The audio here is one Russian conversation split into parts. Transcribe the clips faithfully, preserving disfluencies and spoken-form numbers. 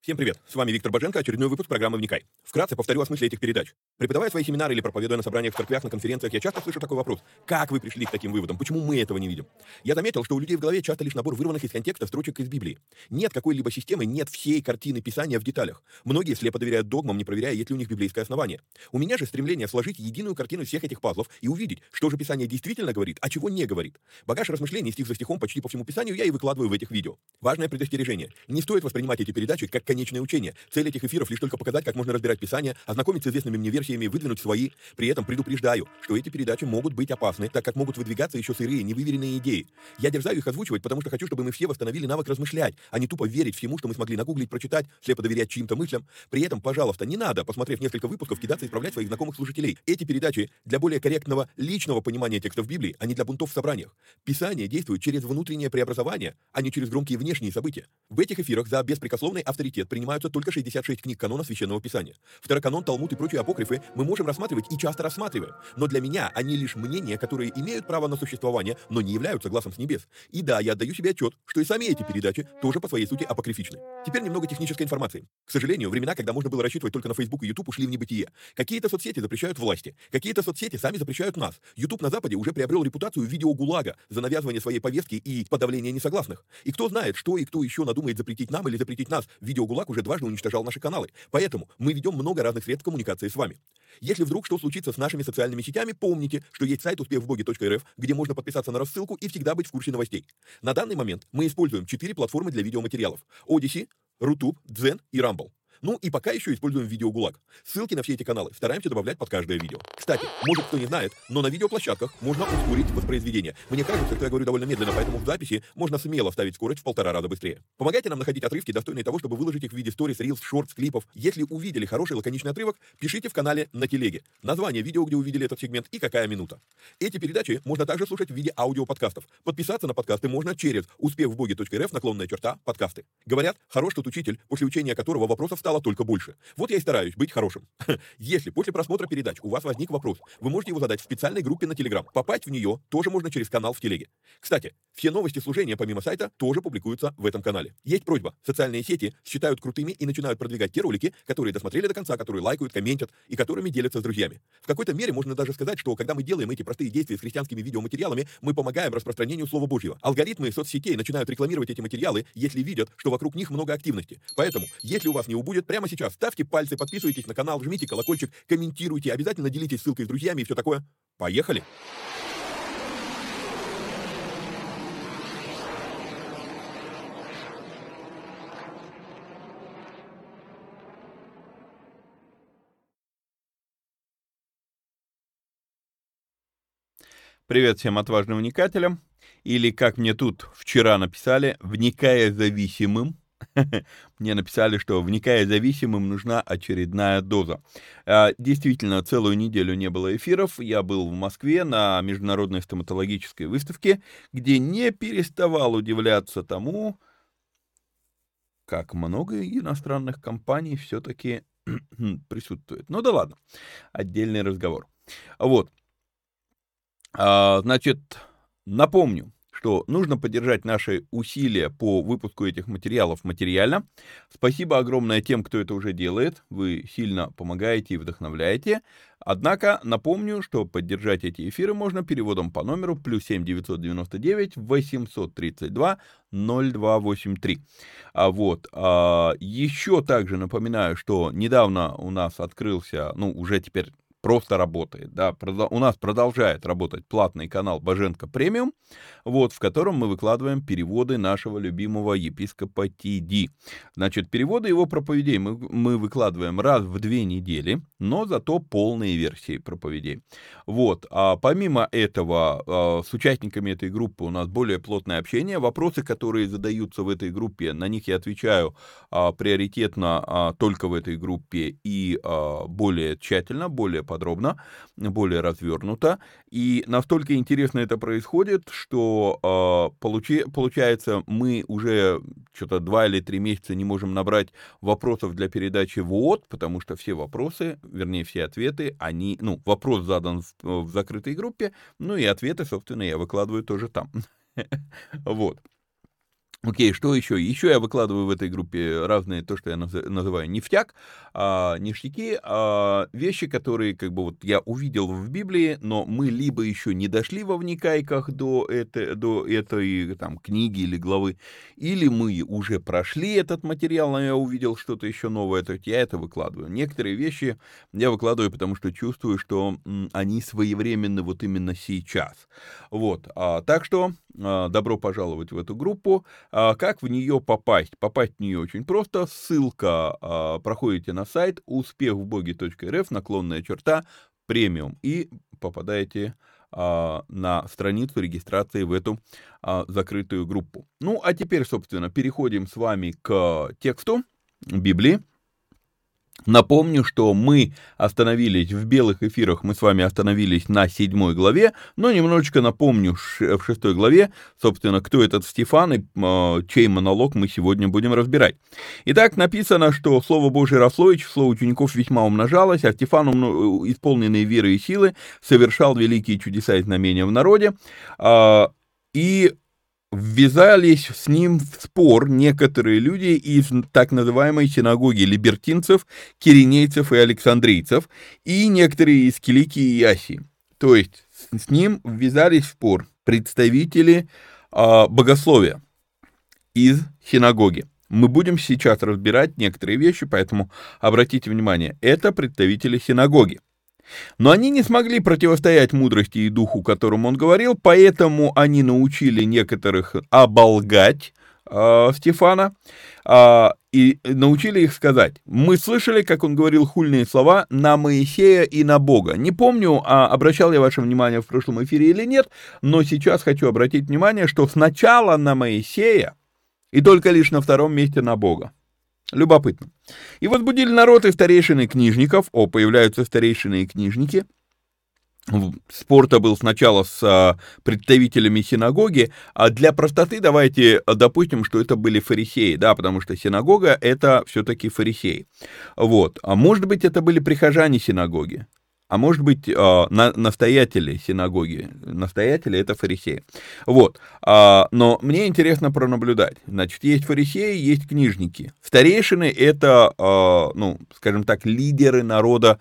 Всем привет! С вами Виктор Боженко, очередной выпуск программы «Вникай». Вкратце повторю о смысле этих передач. Преподавая свои семинары или проповедуя на собраниях в церквях, на конференциях, я часто слышу такой вопрос. Как вы пришли к таким выводам? Почему мы этого не видим? Я заметил, что у людей в голове часто лишь набор вырванных из контекста строчек из Библии. Нет какой-либо системы, нет всей картины Писания в деталях. Многие слепо доверяют догмам, не проверяя, есть ли у них библейское основание. У меня же стремление сложить единую картину всех этих пазлов и увидеть, что же Писание действительно говорит, а чего не говорит. Багаж размышлений стих за стихом почти по всему Писанию я и выкладываю в этих видео. Важное предостережение. Не стоит воспринимать эти передачи как конечное учение. Цель этих эфиров лишь только показать, как можно разбирать Писание, ознакомиться с известными мне версиями, выдвинуть свои. При этом предупреждаю, что эти передачи могут быть опасны, так как могут выдвигаться еще сырые, невыверенные идеи. Я дерзаю их озвучивать, потому что хочу, чтобы мы все восстановили навык размышлять, а не тупо верить всему, что мы смогли нагуглить, прочитать, слепо доверять чьим-то мыслям. При этом, пожалуйста, не надо, посмотрев несколько выпусков, кидаться и исправлять своих знакомых слушателей. Эти передачи для более корректного личного понимания текстов Библии, а не для бунтов в собраниях. Писание действует через внутреннее преобразование, а не через громкие внешние события. В этих эфирах за беспрекословный авторитет принимаются только шестьдесят шесть книг канона Священного Писания. Второканон, Талмуд и прочие апокрифы мы можем рассматривать и часто рассматриваем. Но для меня они лишь мнения, которые имеют право на существование, но не являются глазом с небес. И да, я отдаю себе отчет, что и сами эти передачи тоже по своей сути апокрифичны. Теперь немного технической информации. К сожалению, времена, когда можно было рассчитывать только на Facebook и YouTube, ушли в небытие. Какие-то соцсети запрещают власти, какие-то соцсети сами запрещают нас. YouTube на Западе уже приобрел репутацию видеогулага за навязывание своей повестки и подавление несогласных. И кто знает, что и кто еще надумает запретить нам или запретить нас. Видеогулаг уже дважды уничтожал наши каналы. Поэтому мы ведем много разных средств коммуникации с вами. Если вдруг что случится с нашими социальными сетями, помните, что есть сайт успех в боге точка эр эф, где можно подписаться на рассылку и всегда быть в курсе новостей. На данный момент мы используем четыре платформы для видеоматериалов: Odyssey, Рутуб, Дзен и Rumble. Ну и пока еще используем видеогулаг. Ссылки на все эти каналы стараемся добавлять под каждое видео. Кстати, может кто не знает, но на видеоплощадках можно ускорить воспроизведение. Мне кажется, что я говорю довольно медленно, поэтому в записи можно смело ставить скорость в полтора раза быстрее. Помогайте нам находить отрывки, достойные того, чтобы выложить их в виде сторис, рилс, шортс, клипов. Если увидели хороший лаконичный отрывок, пишите в канале на телеге название видео, где увидели этот сегмент и какая минута. Эти передачи можно также слушать в виде аудиоподкастов. Подписаться на подкасты можно через успех в боге точка эр эф, наклонная черта, подкасты. Говорят, хорош тот учитель, после учения которого вопросов стало только больше. Вот я и стараюсь быть хорошим. Если после просмотра передач у вас возник вопрос, вы можете его задать в специальной группе на Telegram. Попасть в нее тоже можно через канал в телеге. Кстати, все новости служения помимо сайта тоже публикуются в этом канале. Есть просьба. Социальные сети считают крутыми и начинают продвигать те ролики, которые досмотрели до конца, которые лайкают, комментят и которыми делятся с друзьями. В какой-то мере можно даже сказать, что когда мы делаем эти простые действия с христианскими видеоматериалами, мы помогаем распространению Слова Божьего. Алгоритмы соцсетей начинают рекламировать эти материалы, если видят, что вокруг них много активности. Поэтому, если у вас не убудет, прямо сейчас ставьте пальцы, подписывайтесь на канал, жмите колокольчик, комментируйте, обязательно делитесь ссылкой с друзьями и все такое. Поехали! Привет всем отважным вникателям, или, как мне тут вчера написали, вникая зависимым. Мне написали, что вникая зависимым нужна очередная доза. Действительно, целую неделю не было эфиров. Я был в Москве на международной стоматологической выставке, где не переставал удивляться тому, как много иностранных компаний все-таки присутствует. Ну да ладно, отдельный разговор. Вот. Значит, напомню, что нужно поддержать наши усилия по выпуску этих материалов материально. Спасибо огромное тем, кто это уже делает. Вы сильно помогаете и вдохновляете. Однако напомню, что поддержать эти эфиры можно переводом по номеру плюс семь девятьсот девяносто девять восемьсот тридцать два ноль два восемьдесят три. А вот, а, еще также напоминаю, что недавно у нас открылся, ну уже теперь просто работает, да, у нас продолжает работать платный канал Боженко Премиум, вот, в котором мы выкладываем переводы нашего любимого епископа Ти Ди. Значит, переводы его проповедей мы, мы выкладываем раз в две недели, но зато полные версии проповедей. Вот, а помимо этого, с участниками этой группы у нас более плотное общение, вопросы, которые задаются в этой группе, на них я отвечаю приоритетно только в этой группе и более тщательно, более подробно, более развернуто. И настолько интересно это происходит, что э, получи, получается, мы уже что-то два или три месяца не можем набрать вопросов для передачи в ООД, потому что все вопросы, вернее, все ответы, они, ну, вопрос задан в, в закрытой группе, ну и ответы, собственно, я выкладываю тоже там. Вот. Окей, что еще? Еще я выкладываю в этой группе разные, то, что я наз- называю нефтяк, а, ништяки, а, вещи, которые, как бы, вот я увидел в Библии, но мы либо еще не дошли во вникайках до, это, до этой, там, книги или главы, или мы уже прошли этот материал, но я увидел что-то еще новое, то есть я это выкладываю. Некоторые вещи я выкладываю, потому что чувствую, что м, они своевременны вот именно сейчас. Вот, а, так что а, добро пожаловать в эту группу. А как в нее попасть? Попасть в нее очень просто. Ссылка, а, проходите на сайт успех в боге точка эр эф, наклонная черта, премиум, и попадаете а, на страницу регистрации в эту а, закрытую группу. Ну, а теперь, собственно, переходим с вами к тексту Библии. Напомню, что мы остановились в белых эфирах, мы с вами остановились на седьмой главе, но немножечко напомню в шестой главе, собственно, кто этот Стефан и э, чей монолог мы сегодня будем разбирать. Итак, написано, что Слово Божие росло, и число учеников весьма умножалось, а Стефан, исполненный веры и силы, совершал великие чудеса и знамения в народе, э, и ввязались с ним в спор некоторые люди из так называемой синагоги либертинцев, киринейцев и александрийцев, и некоторые из Киликии и Асии. То есть с ним ввязались в спор представители а, богословия из синагоги. Мы будем сейчас разбирать некоторые вещи, поэтому обратите внимание, это представители синагоги. Но они не смогли противостоять мудрости и духу, которым он говорил, поэтому они научили некоторых оболгать э, Стефана э, и научили их сказать: мы слышали, как он говорил хульные слова на Моисея и на Бога. Не помню, а обращал я ваше внимание в прошлом эфире или нет, но сейчас хочу обратить внимание, что сначала на Моисея и только лишь на втором месте на Бога. Любопытно. И возбудили народ и старейшины книжников. О, появляются старейшины и книжники. Спор-то был сначала с а, представителями синагоги, а для простоты давайте допустим, что это были фарисеи, да, потому что синагога — это все-таки фарисеи. Вот. А может быть, это были прихожане синагоги. А может быть, на, настоятели синагоги, настоятели — это фарисеи. Вот, но мне интересно пронаблюдать. Значит, есть фарисеи, есть книжники. Старейшины — это, ну, скажем так, лидеры народа,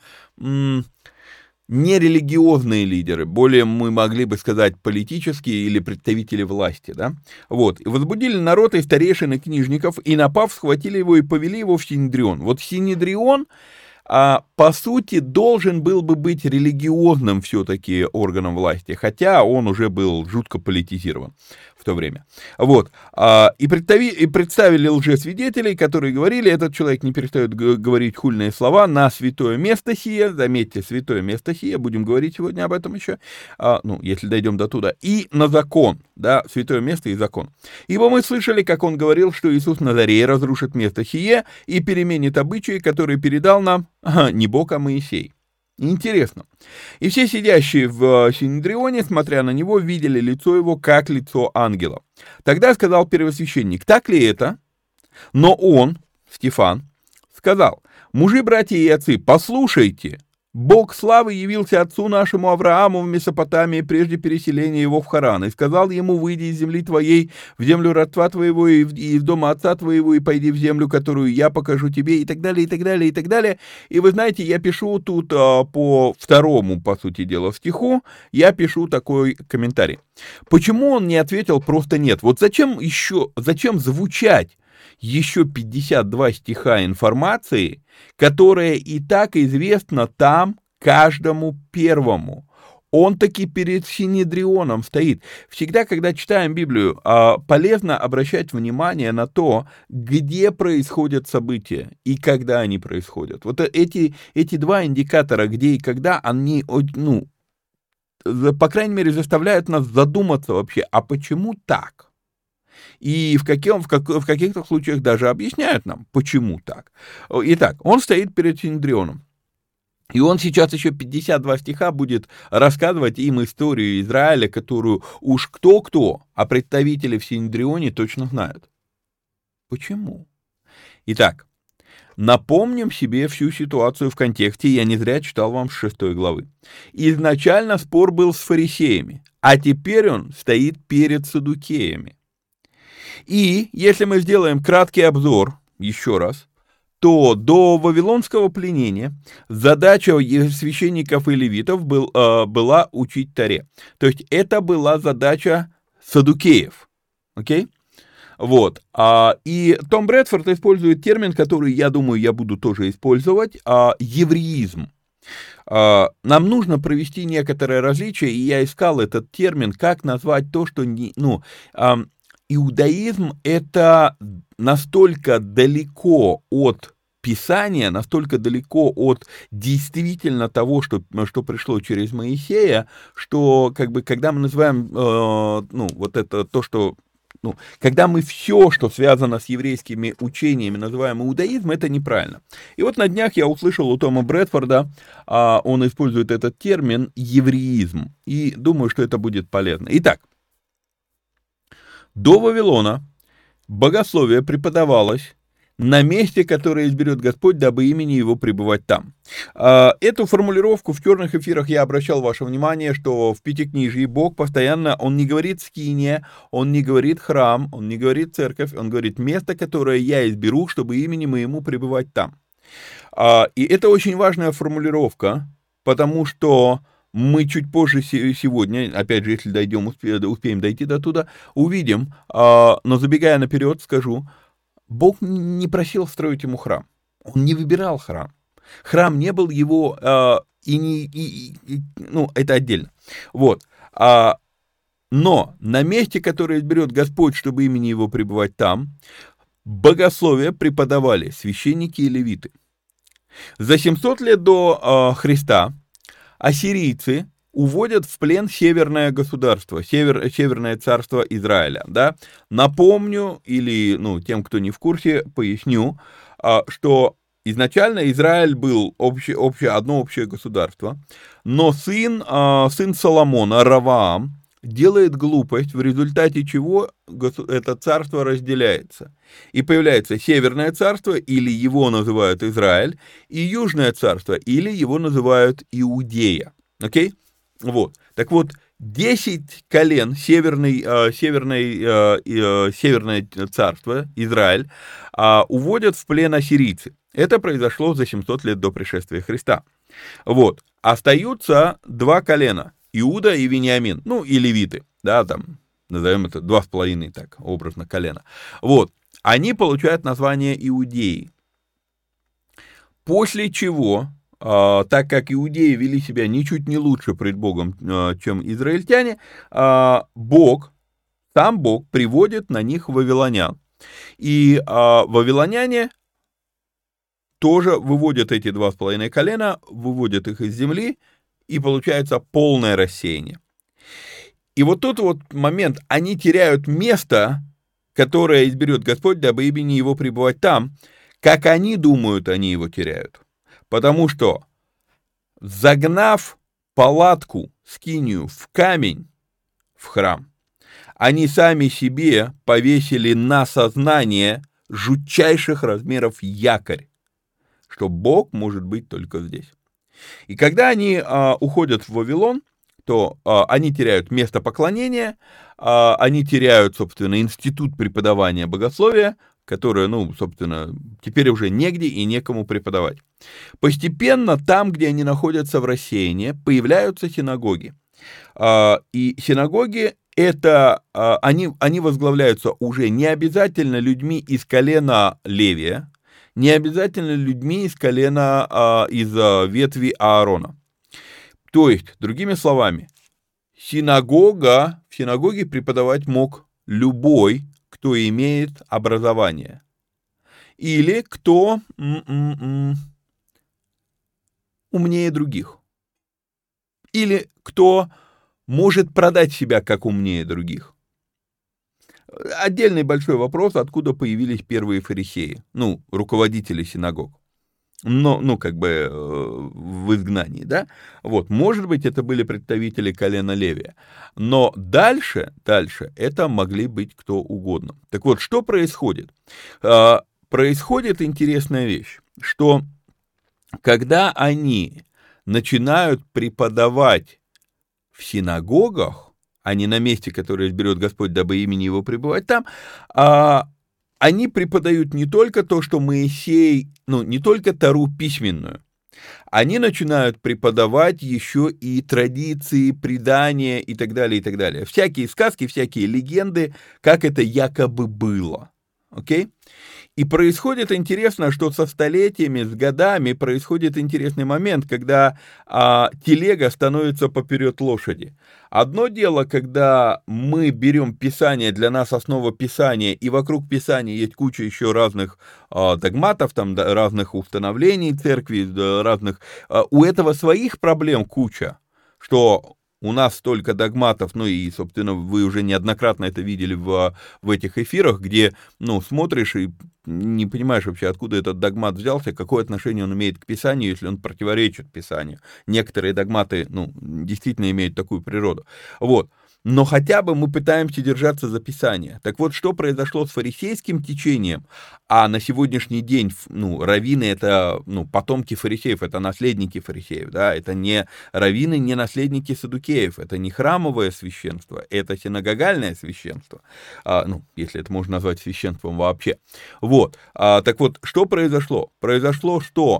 нерелигиозные лидеры, более мы могли бы сказать политические или представители власти, да, вот, и возбудили народ и старейшины книжников, и напав, схватили его и повели его в Синедрион. Вот Синедрион, а, по сути, должен был бы быть религиозным все-таки органом власти, хотя он уже был жутко политизирован в то время. Вот. А, и, представи, и представили лжесвидетелей, которые говорили: этот человек не перестает г- говорить хульные слова на святое место сие, заметьте, святое место сие, будем говорить сегодня об этом еще, а, ну, если дойдем до туда, и на закон, да, святое место и закон. Ибо мы слышали, как он говорил, что Иисус Назарей разрушит место сие и переменит обычаи, которые передал нам, ага, не Бог, а Моисей. Интересно. И все сидящие в Синедрионе, смотря на него, видели лицо его, как лицо ангела. Тогда сказал первосвященник: так ли это? Но он, Стефан, сказал: мужи, братья и отцы, послушайте, Бог славы явился отцу нашему Аврааму в Месопотамии прежде переселения его в Харан, и сказал ему: выйди из земли твоей, в землю родства твоего и из дома отца твоего, и пойди в землю, которую я покажу тебе, и так далее, и так далее, и так далее. И вы знаете, я пишу тут а, по второму, по сути дела, стиху, я пишу такой комментарий. Почему он не ответил просто нет? Вот зачем еще, зачем звучать еще пятьдесят два стиха информации, которая и так известна там каждому первому? Он таки перед Синедрионом стоит. Всегда, когда читаем Библию, полезно обращать внимание на то, где происходят события и когда они происходят. Вот эти, эти два индикатора, где и когда, они, ну, по крайней мере, заставляют нас задуматься вообще, а почему так? И в, каким, в, как, в каких-то случаях даже объясняют нам, почему так. Итак, он стоит перед Синедрионом. И он сейчас еще пятьдесят два стиха будет рассказывать им историю Израиля, которую уж кто-кто, а представители в Синедрионе точно знают. Почему? Итак, напомним себе всю ситуацию в контексте, я не зря читал вам с шестой главы. Изначально спор был с фарисеями, а теперь он стоит перед саддукеями. И если мы сделаем краткий обзор, еще раз, то до вавилонского пленения задача священников и левитов был, э, была учить Торе. То есть это была задача саддукеев. Окей? Вот. А, и Том Брэдфорд использует термин, который, я думаю, я буду тоже использовать, а, евреизм. А, нам нужно провести некоторое различие, и я искал этот термин, как назвать то, что не, ну, а, иудаизм — это настолько далеко от Писания, настолько далеко от действительно того, что, что пришло через Моисея, что, как бы, когда мы называем, э, ну, вот это то, что, ну, когда мы все, что связано с еврейскими учениями, называем иудаизм, это неправильно. И вот на днях я услышал у Тома Брэдфорда, э, он использует этот термин евреизм, и думаю, что это будет полезно. Итак, до Вавилона богословие преподавалось на месте, которое изберет Господь, дабы имени Его пребывать там. Эту формулировку в черных эфирах я обращал ваше внимание, что в Пятикнижии Бог постоянно, Он не говорит скиния, Он не говорит храм, Он не говорит церковь, Он говорит место, которое я изберу, чтобы имени Моему пребывать там. И это очень важная формулировка, потому что мы чуть позже сегодня, опять же, если дойдем, успеем дойти до туда, увидим, но забегая наперед, скажу, Бог не просил строить ему храм, он не выбирал храм, храм не был его, и не, и, и, ну, это отдельно, вот, но на месте, которое изберет Господь, чтобы имени его пребывать там, богословие преподавали священники и левиты. За семьсот лет до Христа ассирийцы уводят в плен северное государство, север, северное царство Израиля. Да? Напомню, или ну, тем, кто не в курсе, поясню, что изначально Израиль был общее, общее, одно общее государство, но сын, сын Соломона, Раваам, делает глупость, в результате чего это царство разделяется. И появляется Северное царство, или его называют Израиль, и Южное царство, или его называют Иудея. Окей? Вот. Так вот, десять колен Северной, э, Северной, э, э, Северное царство, Израиль, э, уводят в плен ассирийцы. Это произошло за семьсот лет до пришествия Христа. Вот. Остаются два колена. Иуда и Вениамин, ну и левиты, да, там, назовем это два с половиной, так, образно, колена. Вот, они получают название Иудеи. После чего, э, так как иудеи вели себя ничуть не лучше пред Богом, э, чем израильтяне, э, Бог, сам Бог приводит на них вавилонян. И э, вавилоняне тоже выводят эти два с половиной колена, выводят их из земли, и получается полное рассеяние. И вот тут вот момент, они теряют место, которое изберет Господь, дабы имени Его пребывать там, как они думают, они его теряют. Потому что, загнав палатку, скинию в камень, в храм, они сами себе повесили на сознание жутчайших размеров якорь, что Бог может быть только здесь. И когда они а, уходят в Вавилон, то а, они теряют место поклонения, а, они теряют, собственно, институт преподавания богословия, которое, ну, собственно, теперь уже негде и некому преподавать. Постепенно там, где они находятся в рассеянии, появляются синагоги. А, и синагоги это, а, они, они возглавляются уже не обязательно людьми из колена Левия, не обязательно людьми из колена, а, из а, ветви Аарона. То есть, другими словами, синагога, в синагоге преподавать мог любой, кто имеет образование. Или кто м-м-м, умнее других. Или кто может продать себя как умнее других. Отдельный большой вопрос, откуда появились первые фарисеи, ну, руководители синагог, но, ну, как бы в изгнании, да, вот, может быть, это были представители колена Левия, но дальше, дальше это могли быть кто угодно. Так вот, что происходит? Происходит интересная вещь, что когда они начинают преподавать в синагогах, а не на месте, которое изберет Господь, дабы имени его пребывать там, а, они преподают не только то, что Моисей, ну, не только Тору письменную, они начинают преподавать еще и традиции, предания и так далее, и так далее. Всякие сказки, всякие легенды, как это якобы было. Окей? И происходит интересно, что со столетиями, с годами происходит интересный момент, когда а, телега становится поперед лошади. Одно дело, когда мы берем Писание, для нас основа Писания, и вокруг Писания есть куча еще разных а, догматов, там, да, разных установлений церкви, да, разных... А, у этого своих проблем куча, что... У нас столько догматов, ну и, собственно, вы уже неоднократно это видели в, в этих эфирах, где, ну, смотришь и не понимаешь вообще, откуда этот догмат взялся, какое отношение он имеет к Писанию, если он противоречит Писанию. Некоторые догматы, ну, действительно имеют такую природу. Вот. Но хотя бы мы пытаемся держаться за Писание. Так вот, что произошло с фарисейским течением, а на сегодняшний день, ну, раввины — это, ну, потомки фарисеев, это наследники фарисеев, да, это не раввины, не наследники саддукеев, это не храмовое священство, это синагогальное священство, а, ну, если это можно назвать священством вообще. Вот, а, так вот, что произошло? Произошло, что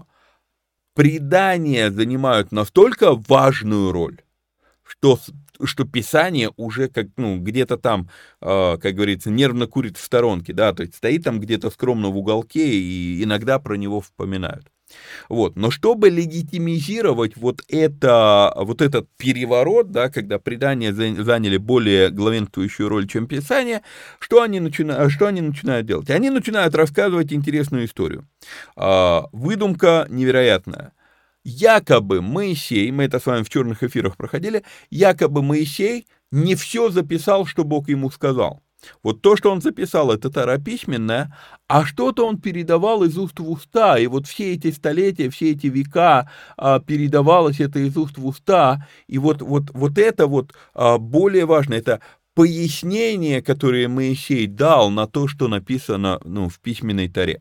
предания занимают настолько важную роль, что, что Писание уже как, ну, где-то там, э, как говорится, нервно курит в сторонке, да, то есть стоит там где-то скромно в уголке, и иногда про него вспоминают. Вот. Но чтобы легитимизировать вот, это, вот этот переворот, да, когда предания заняли более главенствующую роль, чем Писание, что они, начина... что они начинают делать? Они начинают рассказывать интересную историю. Э, выдумка невероятная. Якобы Моисей, мы это с вами в черных эфирах проходили, якобы Моисей не все записал, что Бог ему сказал. Вот то, что он записал, это Тора письменная, а что-то он передавал из уст в уста, и вот все эти столетия, все эти века а, передавалось это из уст в уста, и вот, вот, вот это вот а, более важно, это пояснение, которое Моисей дал на то, что написано, ну, в письменной Торе.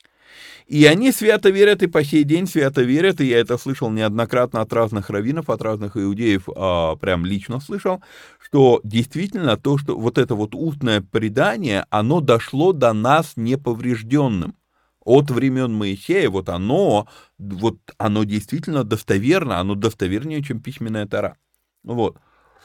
И они свято верят, и по сей день свято верят, и я это слышал неоднократно от разных раввинов, от разных иудеев, а, прям лично слышал, что действительно то, что вот это вот устное предание, оно дошло до нас неповрежденным. От времен Моисея, вот оно, вот оно действительно достоверно, оно достовернее, чем письменная Тора. Вот.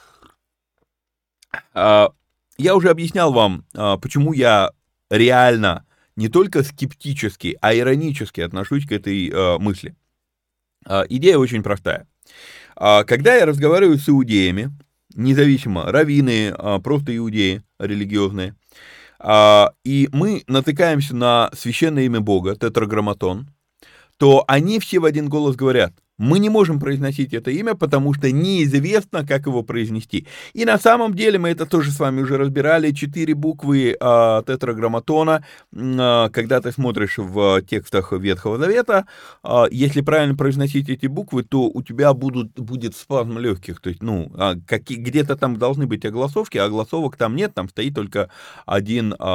А, я уже объяснял вам, а, почему я реально не только скептически, а иронически отношусь к этой э, мысли. Э, идея очень простая. Э, когда я разговариваю с иудеями, независимо, раввины, э, просто иудеи религиозные, э, и мы натыкаемся на священное имя Бога, тетраграмматон, то они все в один голос говорят: мы не можем произносить это имя, потому что неизвестно, как его произнести. И на самом деле, мы это тоже с вами уже разбирали, четыре буквы э, тетраграмматона, э, когда ты смотришь в текстах Ветхого Завета, э, если правильно произносить эти буквы, то у тебя будут, будет спазм легких, то есть, ну, э, как, где-то там должны быть огласовки, а огласовок там нет, там стоит только один э,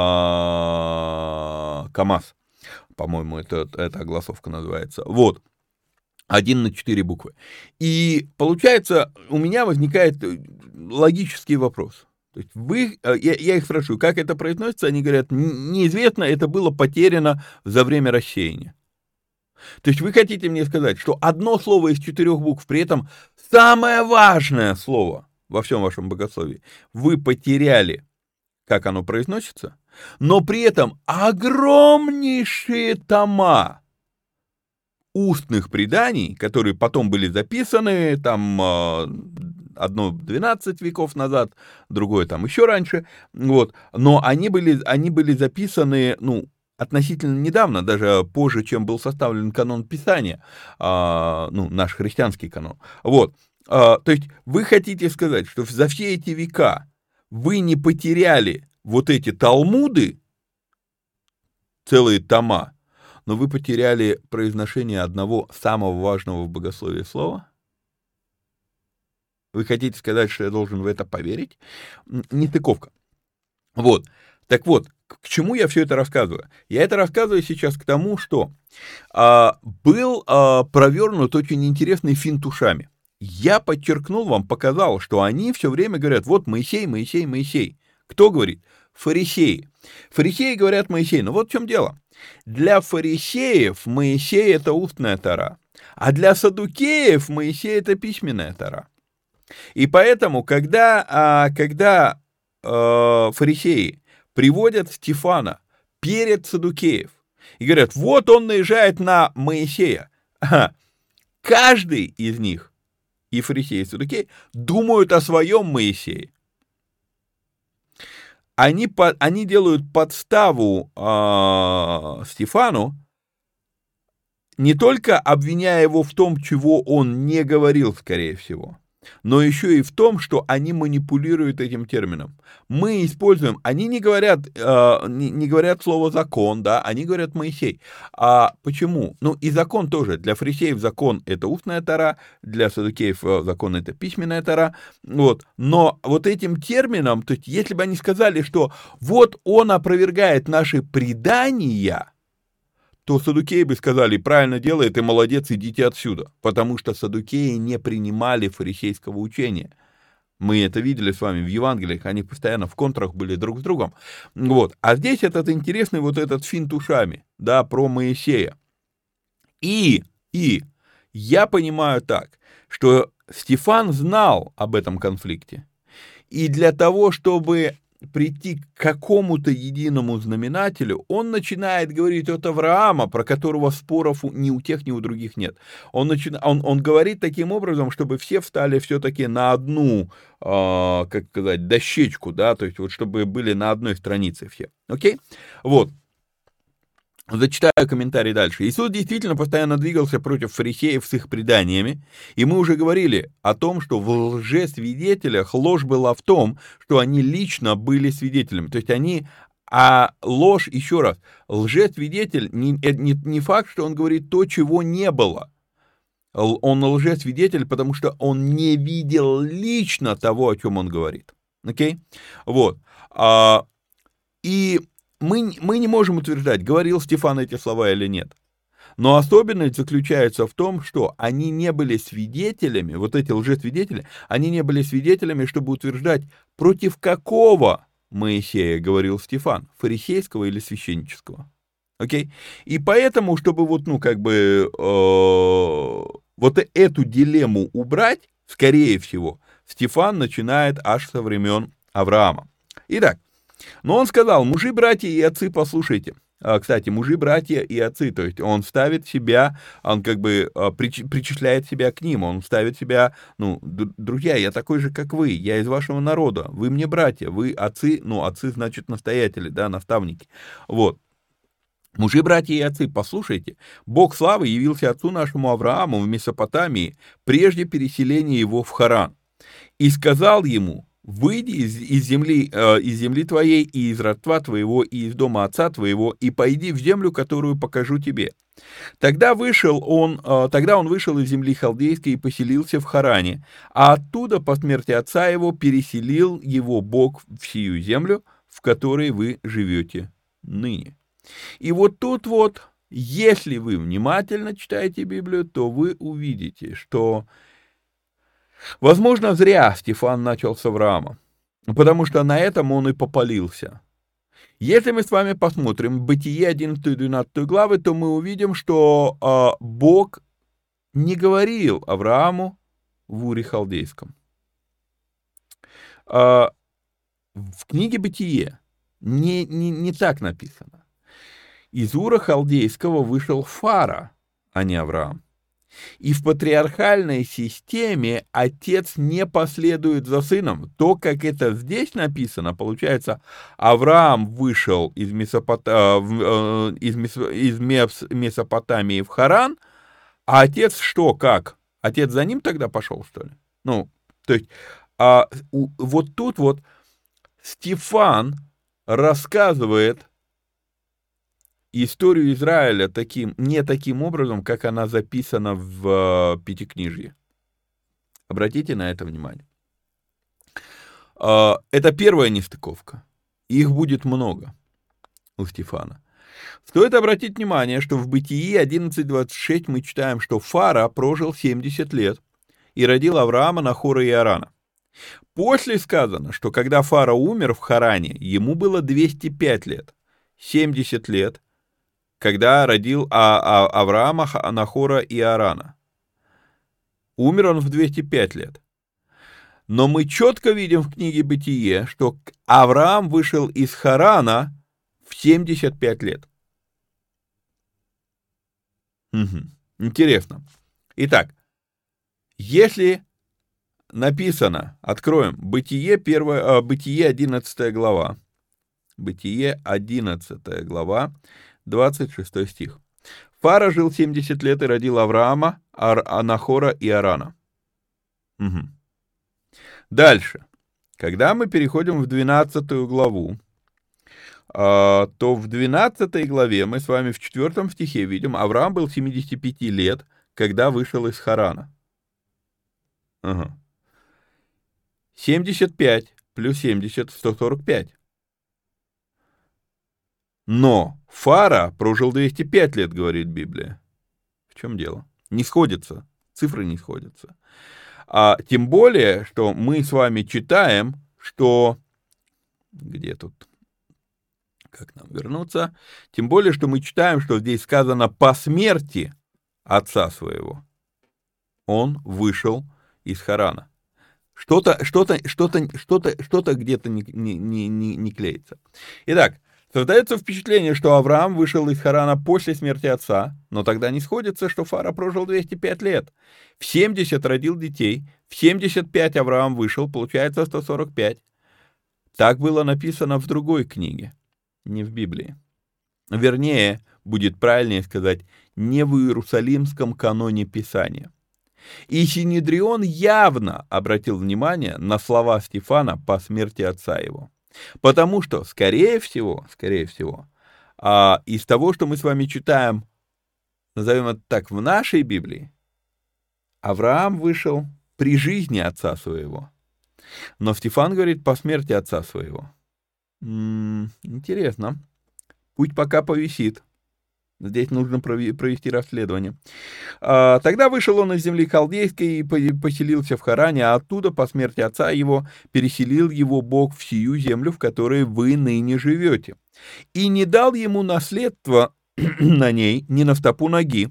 КамАЗ, по-моему, это, это огласовка называется, вот. Один на четыре буквы. И получается, у меня возникает логический вопрос. То есть вы, я, я их спрашиваю, как это произносится, они говорят, неизвестно, это было потеряно за время рассеяния. То есть вы хотите мне сказать, что одно слово из четырех букв, при этом самое важное слово во всем вашем богословии, вы потеряли, как оно произносится, но при этом огромнейшие тома устных преданий, которые потом были записаны, там одно двенадцать веков назад, другое там еще раньше, вот, но они были, они были записаны, ну, относительно недавно, даже позже, чем был составлен канон Писания, а, ну, наш христианский канон, вот, а, то есть вы хотите сказать, что за все эти века вы не потеряли вот эти талмуды, целые тома, но вы потеряли произношение одного самого важного в богословии слова? Вы хотите сказать, что я должен в это поверить? Нестыковка. Вот. Так вот, к чему я все это рассказываю? Я это рассказываю сейчас к тому, что а, был а, провернут очень интересный финт ушами. я подчеркнул вам, показал, что они все время говорят, вот Моисей, Моисей, Моисей. Кто говорит? Фарисеи. Фарисеи говорят Моисей. Но вот в чем дело. Для фарисеев Моисей — это устная Тора, а для саддукеев Моисей — это письменная Тора. И поэтому, когда, когда э, фарисеи приводят Стефана перед саддукеев и говорят, вот он наезжает на Моисея, каждый из них, и фарисеи, и саддукеи, думают о своем Моисее. Они, по, они делают подставу э, Стефану, не только обвиняя его в том, чего он не говорил, скорее всего, но еще и в том, что они манипулируют этим термином. Мы используем, они не говорят, э, не, не говорят слово «закон», да, они говорят «Моисей». А почему? Ну, и закон тоже. Для фарисеев закон — это устная Тора, для саддукеев закон — это письменная Тора. Вот. Но вот этим термином, то есть если бы они сказали, что вот он опровергает наши предания, то саддукеи бы сказали, правильно делает, и молодец, идите отсюда, потому что саддукеи не принимали фарисейского учения. Мы это видели с вами в Евангелиях, они постоянно в контрах были друг с другом. Вот. А здесь этот интересный вот этот финт ушами, да, про Моисея. И, и я понимаю так, что Стефан знал об этом конфликте, и для того, чтобы прийти к какому-то единому знаменателю, он начинает говорить от Авраама, про которого споров ни у тех, ни у других нет. Он, начина... он, он говорит таким образом, чтобы все встали все-таки на одну, э, как сказать, дощечку, да, то есть вот чтобы были на одной странице все. Окей? Вот. Зачитаю комментарий дальше. Иисус действительно постоянно двигался против фарисеев с их преданиями, и мы уже говорили о том, что в лжесвидетелях ложь была в том, что они лично были свидетелями. То есть они, а ложь, еще раз, лжесвидетель, не, не, не факт, что он говорит то, чего не было. Он лжесвидетель, потому что он не видел лично того, о чем он говорит. Окей? Вот. А, и Мы, мы не можем утверждать, говорил Стефан эти слова или нет. Но особенность заключается в том, что они не были свидетелями, вот эти лжесвидетели, они не были свидетелями, чтобы утверждать, против какого Моисея говорил Стефан, фарисейского или священнического. Окей? И поэтому, чтобы вот, ну, как бы, э, вот эту дилемму убрать, скорее всего, Стефан начинает аж со времен Авраама. Итак, но он сказал, мужи, братья и отцы, послушайте. Кстати, мужи, братья и отцы, то есть он ставит себя, он как бы причисляет себя к ним, он ставит себя, ну, друзья, я такой же, как вы, я из вашего народа, вы мне братья, вы отцы, ну, отцы значит настоятели, да, наставники, вот. Мужи, братья и отцы, послушайте, Бог славы явился отцу нашему Аврааму в Месопотамии прежде переселения его в Харан и сказал ему, выйди из, из, земли, э, из земли твоей, и из родства твоего, и из дома отца твоего, и пойди в землю, которую покажу тебе. Тогда, вышел он, э, тогда он вышел из земли халдейской и поселился в Харане, а оттуда, по смерти отца его, переселил его Бог в сию землю, в которой вы живете ныне. И вот тут вот, если вы внимательно читаете Библию, то вы увидите, что возможно, зря Стефан начал с Авраама, потому что на этом он и попалился. Если мы с вами посмотрим Бытие одиннадцать-двенадцать главы, то мы увидим, что э, Бог не говорил Аврааму в Уре Халдейском. Э, в книге Бытие не, не, не так написано. Из Ура Халдейского вышел Фара, а не Авраам. И в патриархальной системе отец не последует за сыном. То, как это здесь написано, получается, Авраам вышел из, Месопот... из, Мес... из Месопотамии в Харан, а отец что, как? Отец за ним тогда пошел, что ли? Ну, то есть, а, у... вот тут вот Стефан рассказывает историю Израиля таким, не таким образом, как она записана в Пятикнижье. Обратите на это внимание. Это первая нестыковка. Их будет много у Стефана. Стоит обратить внимание, что в Бытии одиннадцать двадцать шесть мы читаем, что Фара прожил семьдесят лет и родил Авраама, Нахора и Иорана. После сказано, что когда Фара умер в Харане, ему было двести пять лет, семьдесят лет, когда родил а, а, Авраама, Нахора и Иорана. Умер он в двести пять лет. Но мы четко видим в книге Бытие, что Авраам вышел из Харана в семьдесят пять лет. Угу. Интересно. Итак, если написано, откроем, Бытие, первое, Бытие одиннадцатая глава, Бытие одиннадцатая глава, двадцать шестой стих. Фара жил семьдесят лет и родил Авраама, Ар- Нахора и Иорана. Угу. Дальше. Когда мы переходим в двенадцатую главу, то в двенадцатой главе мы с вами в четвертом стихе видим, Авраам был семидесяти пяти лет, когда вышел из Харана. Ага. семьдесят пять плюс семьдесят, сто сорок пять. Но Фара прожил двести пять лет, говорит Библия. В чем дело? Не сходится, цифры не сходятся. А тем более, что мы с вами читаем, что... Где тут? Как нам вернуться? Тем более, что мы читаем, что здесь сказано «по смерти отца своего». Он вышел из Харана. Что-то, что-то, что-то, что-то, что-то где-то не, не, не, не клеится. Итак, создается впечатление, что Авраам вышел из Харана после смерти отца, но тогда не сходится, что Фара прожил двести пять лет. В семьдесят родил детей, в семьдесят пять Авраам вышел, получается сто сорок пять. Так было написано в другой книге, не в Библии. Вернее, будет правильнее сказать, не в Иерусалимском каноне Писания. И Синедрион явно обратил внимание на слова Стефана по смерти отца его. Потому что, скорее всего, скорее всего, а, из того, что мы с вами читаем, назовем это так, в нашей Библии, Авраам вышел при жизни отца своего. Но Стефан говорит по смерти отца своего. М-м, интересно. Путь пока повисит. Здесь нужно провести расследование. А, тогда вышел он из земли халдейской и поселился в Харане, а оттуда по смерти отца его переселил его Бог в сию землю, в которой вы ныне живете. И не дал ему наследство на ней ни на стопу ноги,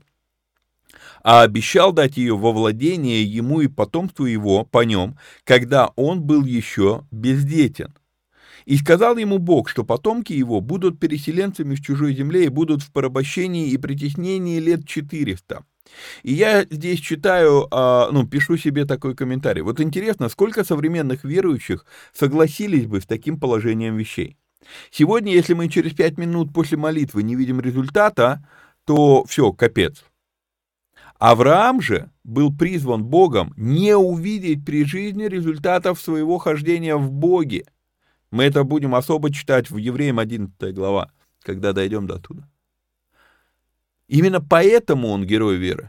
а обещал дать ее во владение ему и потомству его по нем, когда он был еще бездетен. И сказал ему Бог, что потомки его будут переселенцами в чужой земле и будут в порабощении и притеснении лет четыреста. И я здесь читаю, ну, пишу себе такой комментарий. Вот интересно, сколько современных верующих согласились бы с таким положением вещей? Сегодня, если мы через пять минут после молитвы не видим результата, то все, капец. Авраам же был призван Богом не увидеть при жизни результатов своего хождения в Боге. Мы это будем особо читать в Евреям одиннадцатая глава, когда дойдем до туда. Именно поэтому он герой веры.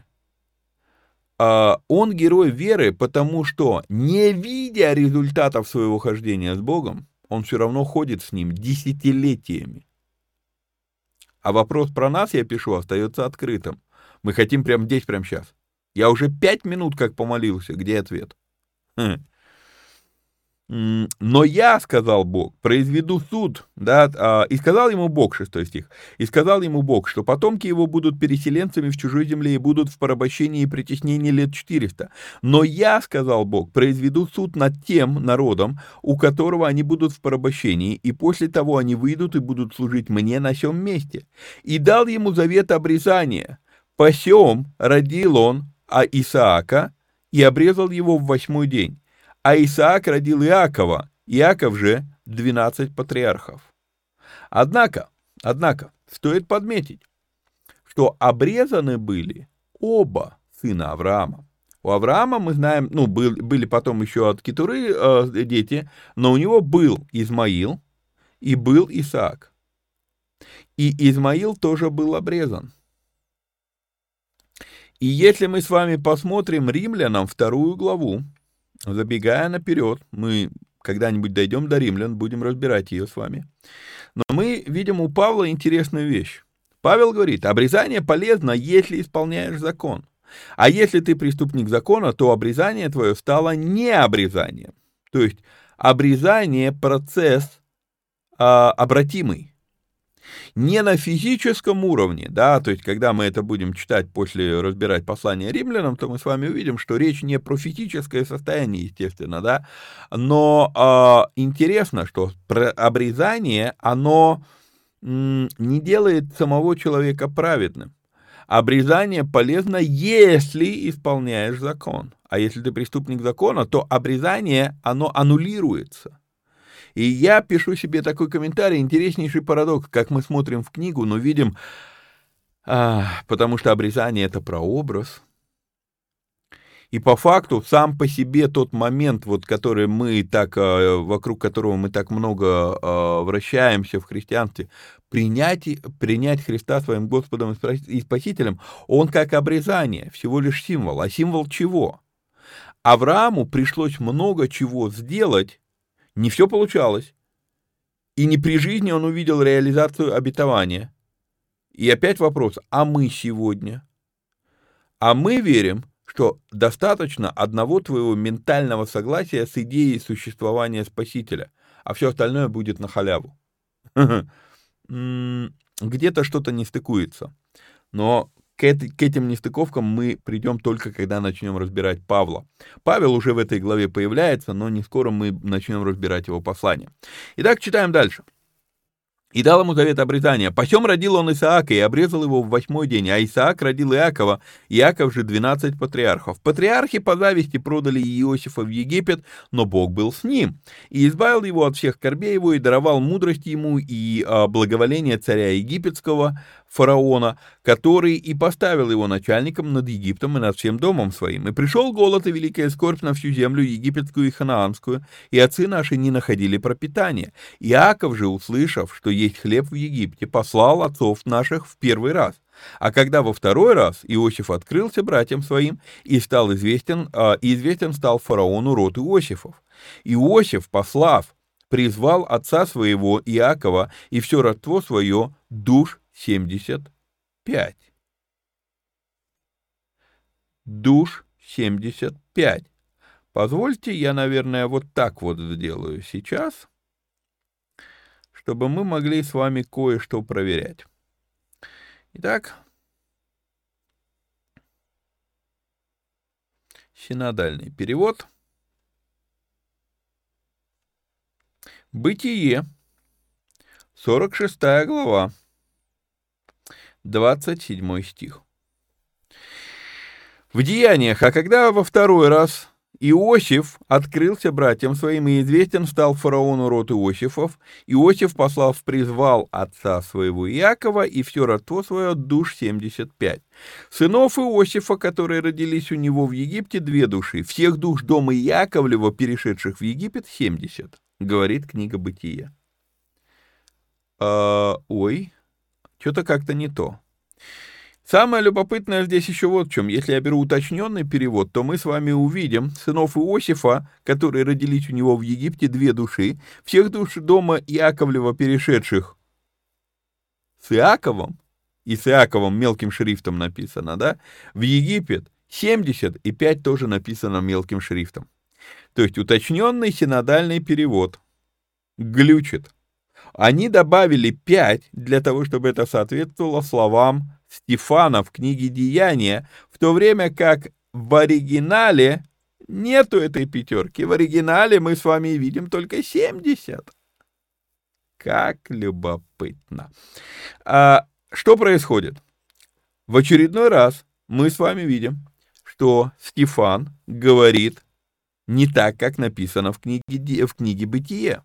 Он герой веры, потому что, не видя результатов своего хождения с Богом, он все равно ходит с ним десятилетиями. А вопрос про нас, я пишу, остается открытым. Мы хотим прямо здесь, прямо сейчас. Я уже пять минут как помолился, где ответ? Хм. Но я, сказал Бог, произведу суд, да, и сказал ему Бог, шестой стих, и сказал ему Бог, что потомки его будут переселенцами в чужой земле и будут в порабощении и притеснении лет четыреста. Но я, сказал Бог, произведу суд над тем народом, у которого они будут в порабощении, и после того они выйдут и будут служить мне на сем месте. И дал ему завет обрезания. По сем родил он а Исаака и обрезал его в восьмой день. А Исаак родил Иакова, Иаков же двенадцать патриархов. Однако, однако, стоит подметить, что обрезаны были оба сына Авраама. У Авраама, мы знаем, ну, был, были потом еще от Кетуры э, дети, но у него был Измаил и был Исаак. И Измаил тоже был обрезан. И если мы с вами посмотрим Римлянам вторую главу, забегая наперед, мы когда-нибудь дойдем до Римлян, будем разбирать ее с вами. Но мы видим у Павла интересную вещь. Павел говорит, обрезание полезно, если исполняешь закон. А если ты преступник закона, то обрезание твое стало не обрезанием. То есть обрезание – процесс а, обратимый. Не на физическом уровне, да, то есть когда мы это будем читать после разбирать послание римлянам, то мы с вами увидим, что речь не про физическое состояние, естественно, да, но а, интересно, что обрезание, оно м, не делает самого человека праведным. Обрезание полезно, если исполняешь закон. А если ты преступник закона, то обрезание, оно аннулируется. И я пишу себе такой комментарий, интереснейший парадокс, как мы смотрим в книгу, но видим, а, потому что обрезание — это прообраз. И по факту сам по себе тот момент, вот, который мы так, вокруг которого мы так много вращаемся в христианстве, принять, принять Христа своим Господом и Спасителем, он как обрезание, всего лишь символ. А символ чего? Аврааму пришлось много чего сделать, не все получалось, и не при жизни он увидел реализацию обетования. И опять вопрос, а мы сегодня? А мы верим, что достаточно одного твоего ментального согласия с идеей существования Спасителя, а все остальное будет на халяву. Где-то что-то не стыкуется. Но к этим нестыковкам мы придем только, когда начнем разбирать Павла. Павел уже в этой главе появляется, но не скоро мы начнем разбирать его послание. Итак, читаем дальше. «И дал ему завет обрезания. Посем родил он Исаака и обрезал его в восьмой день, а Исаак родил Иакова, Иаков же двенадцать патриархов. Патриархи по зависти продали Иосифа в Египет, но Бог был с ним, и избавил его от всех скорбей его, и даровал мудрость ему и а, благоволение царя египетского, фараона, который и поставил его начальником над Египтом и над всем домом своим. И пришел голод и великая скорбь на всю землю египетскую и ханаанскую, и отцы наши не находили пропитания. Иаков же, услышав, что есть хлеб в Египте, послал отцов наших в первый раз. А когда во второй раз Иосиф открылся братьям своим, и стал известен, а, и известен стал фараону род Иосифов. Иосиф, послав, призвал отца своего Иакова и все родство свое душ семьдесят пять. Душ семьдесят пять. Позвольте, я, наверное, вот так вот сделаю сейчас, чтобы мы могли с вами кое-что проверять. Итак, синодальный перевод. Бытие, сорок шестая глава, двадцать седьмой стих. В Деяниях, а когда во второй раз Иосиф открылся братьям своим, и известен стал фараону род Иосифов, Иосиф, послав, призвал отца своего Иакова и все родство свое душ семьдесят пять. Сынов Иосифа, которые родились у него в Египте, две души. Всех душ дома Иаковлева, перешедших в Египет, семьдесят, говорит книга Бытия. А, ой, что-то как-то не то. Самое любопытное здесь еще вот в чем. Если я беру уточненный перевод, то мы с вами увидим сынов Иосифа, которые родились у него в Египте, две души, всех душ дома Иаковлева, перешедших с Иаковом, и с Иаковом мелким шрифтом написано, да, в Египет семьдесят, и пять тоже написано мелким шрифтом. То есть уточненный синодальный перевод глючит. Они добавили пять для того, чтобы это соответствовало словам Стефана в книге Деяния, в то время как в оригинале нету этой пятерки. В оригинале мы с вами видим только семьдесят. Как любопытно. А что происходит? В очередной раз мы с вами видим, что Стефан говорит не так, как написано в книге, в книге Бытие.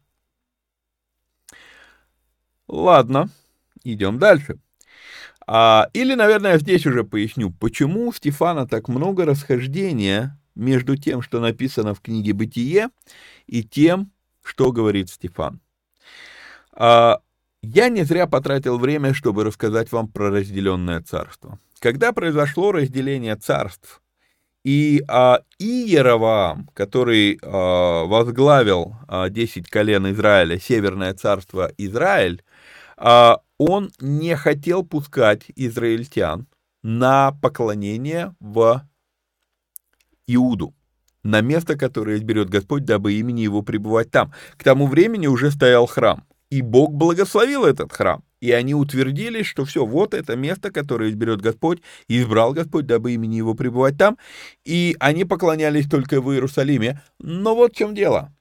Ладно, идем дальше. А, или, наверное, здесь уже поясню, почему у Стефана так много расхождения между тем, что написано в книге Бытие, и тем, что говорит Стефан. А, я не зря потратил время, чтобы рассказать вам про разделенное царство. Когда произошло разделение царств, и а, Иеровоам, который а, возглавил а, десять колен Израиля, Северное царство Израиль, а, он не хотел пускать израильтян на поклонение в Иуду, на место, которое изберет Господь, дабы имени Его пребывать там. К тому времени уже стоял храм, и Бог благословил этот храм. И они утвердились, что все, вот это место, которое изберет Господь, и избрал Господь, дабы имени Его пребывать там. И они поклонялись только в Иерусалиме. Но вот в чем дело.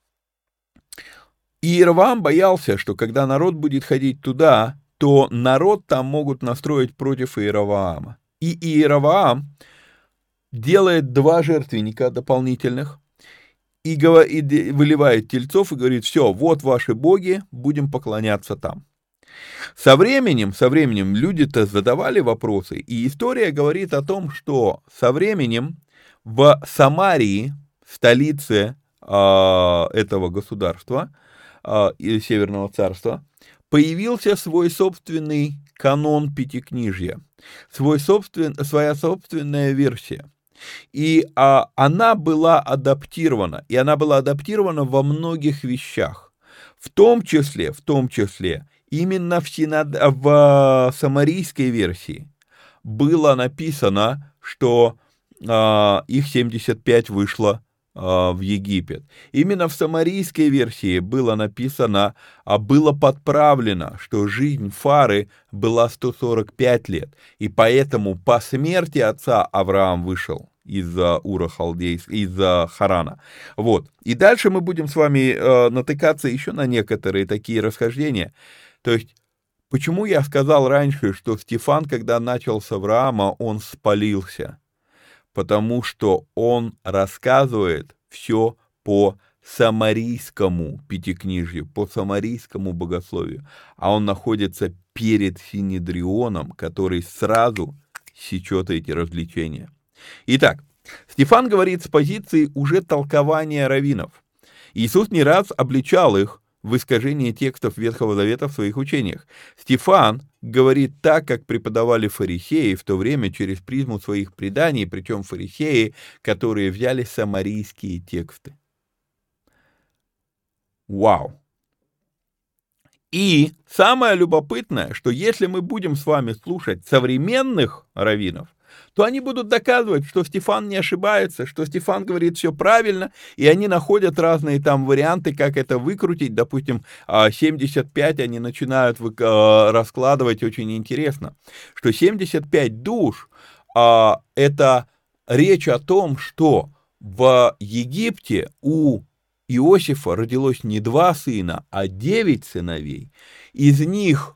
Иеровоам боялся, что когда народ будет ходить туда, то народ там могут настроить против Иеровоама. И Иеровоам делает два жертвенника дополнительных и, и выливает тельцов и говорит: все, вот ваши боги, будем поклоняться там. Со временем, со временем люди-то задавали вопросы, и история говорит о том, что со временем в Самарии, столице э, этого государства, э, Северного царства, появился свой собственный канон Пятикнижья, свой собствен, своя собственная версия. И а, она была адаптирована, и она была адаптирована во многих вещах, в том числе, в том числе, именно в, синод... в самарийской версии было написано, что а, их семьдесят пять вышло а, в Египет. Именно в самарийской версии было написано, а было подправлено, что жизнь Фары была сто сорок пять лет, и поэтому по смерти отца Авраам вышел из-за Ура Халдейс, из-за Харана. Вот. И дальше мы будем с вами э, натыкаться еще на некоторые такие расхождения. То есть, почему я сказал раньше, что Стефан, когда начал с Авраама, он спалился? Потому что он рассказывает все по самарийскому пятикнижью, по самарийскому богословию. А он находится перед Синедрионом, который сразу сечет эти развлечения. Итак, Стефан говорит с позиции уже толкования раввинов. Иисус не раз обличал их в искажении текстов Ветхого Завета в своих учениях. Стефан говорит так, как преподавали фарисеи в то время через призму своих преданий, причем фарисеи, которые взяли самарийские тексты. Вау! И самое любопытное, что если мы будем с вами слушать современных раввинов, то они будут доказывать, что Стефан не ошибается, что Стефан говорит все правильно, и они находят разные там варианты, как это выкрутить. Допустим, семьдесят пять они начинают раскладывать очень интересно, что семьдесят пять душ — это речь о том, что в Египте у Иосифа родилось не два сына, а девять сыновей. Из них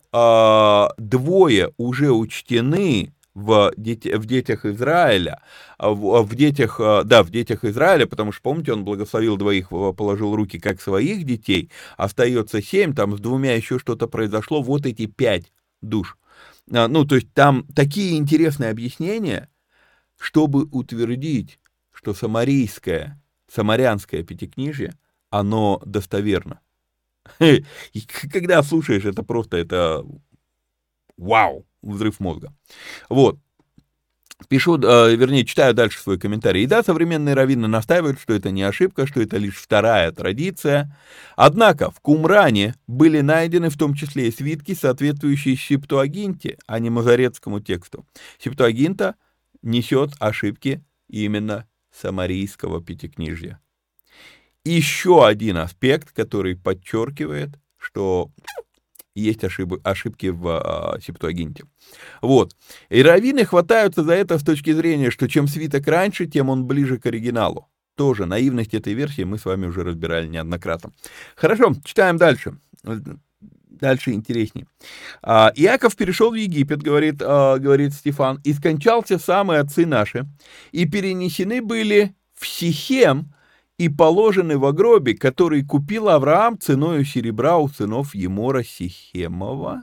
двое уже учтены В, дете, в детях Израиля, в, в детях, да, в детях Израиля, потому что, помните, он благословил двоих, положил руки как своих детей, остается семь, там с двумя еще что-то произошло, вот эти пять душ. Ну, то есть там такие интересные объяснения, чтобы утвердить, что самарийское, самарянское пятикнижие, оно достоверно. И когда слушаешь, это просто, это вау! Взрыв мозга. Вот. Пишу, э, вернее, читаю дальше свой комментарий. И да, современные раввины настаивают, что это не ошибка, что это лишь вторая традиция. Однако в Кумране были найдены в том числе и свитки, соответствующие Септуагинте, а не мазорецкому тексту. Септуагинта несет ошибки именно самарийского пятикнижья. Еще один аспект, который подчеркивает, что есть ошибы, ошибки в а, Септуагинте. Вот. И раввины хватаются за это с точки зрения, что чем свиток раньше, тем он ближе к оригиналу. Тоже наивность этой версии мы с вами уже разбирали неоднократно. Хорошо, читаем дальше. Дальше интереснее. А, Иаков перешел в Египет, говорит, а, говорит Стефан, и скончался сам и отцы наши, и перенесены были в Сихем, и положены во гробе, который купил Авраам ценою серебра у сынов Емора Сихемова.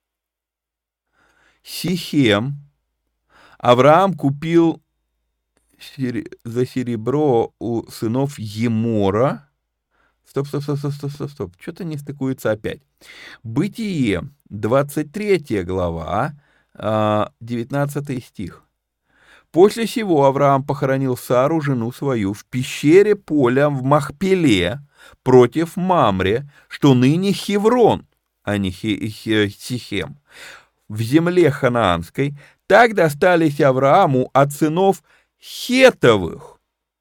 Сихем. Авраам купил за серебро у сынов Емора. Стоп, стоп, стоп, стоп, стоп, стоп, стоп. Что-то не стыкуется опять. Бытие, двадцать третья глава, девятнадцатый стих. После сего Авраам похоронил Сару, жену свою, в пещере поля в Махпеле против Мамре, что ныне Хеврон, а не Сихем, в земле ханаанской, так достались Аврааму от сынов Хеттовых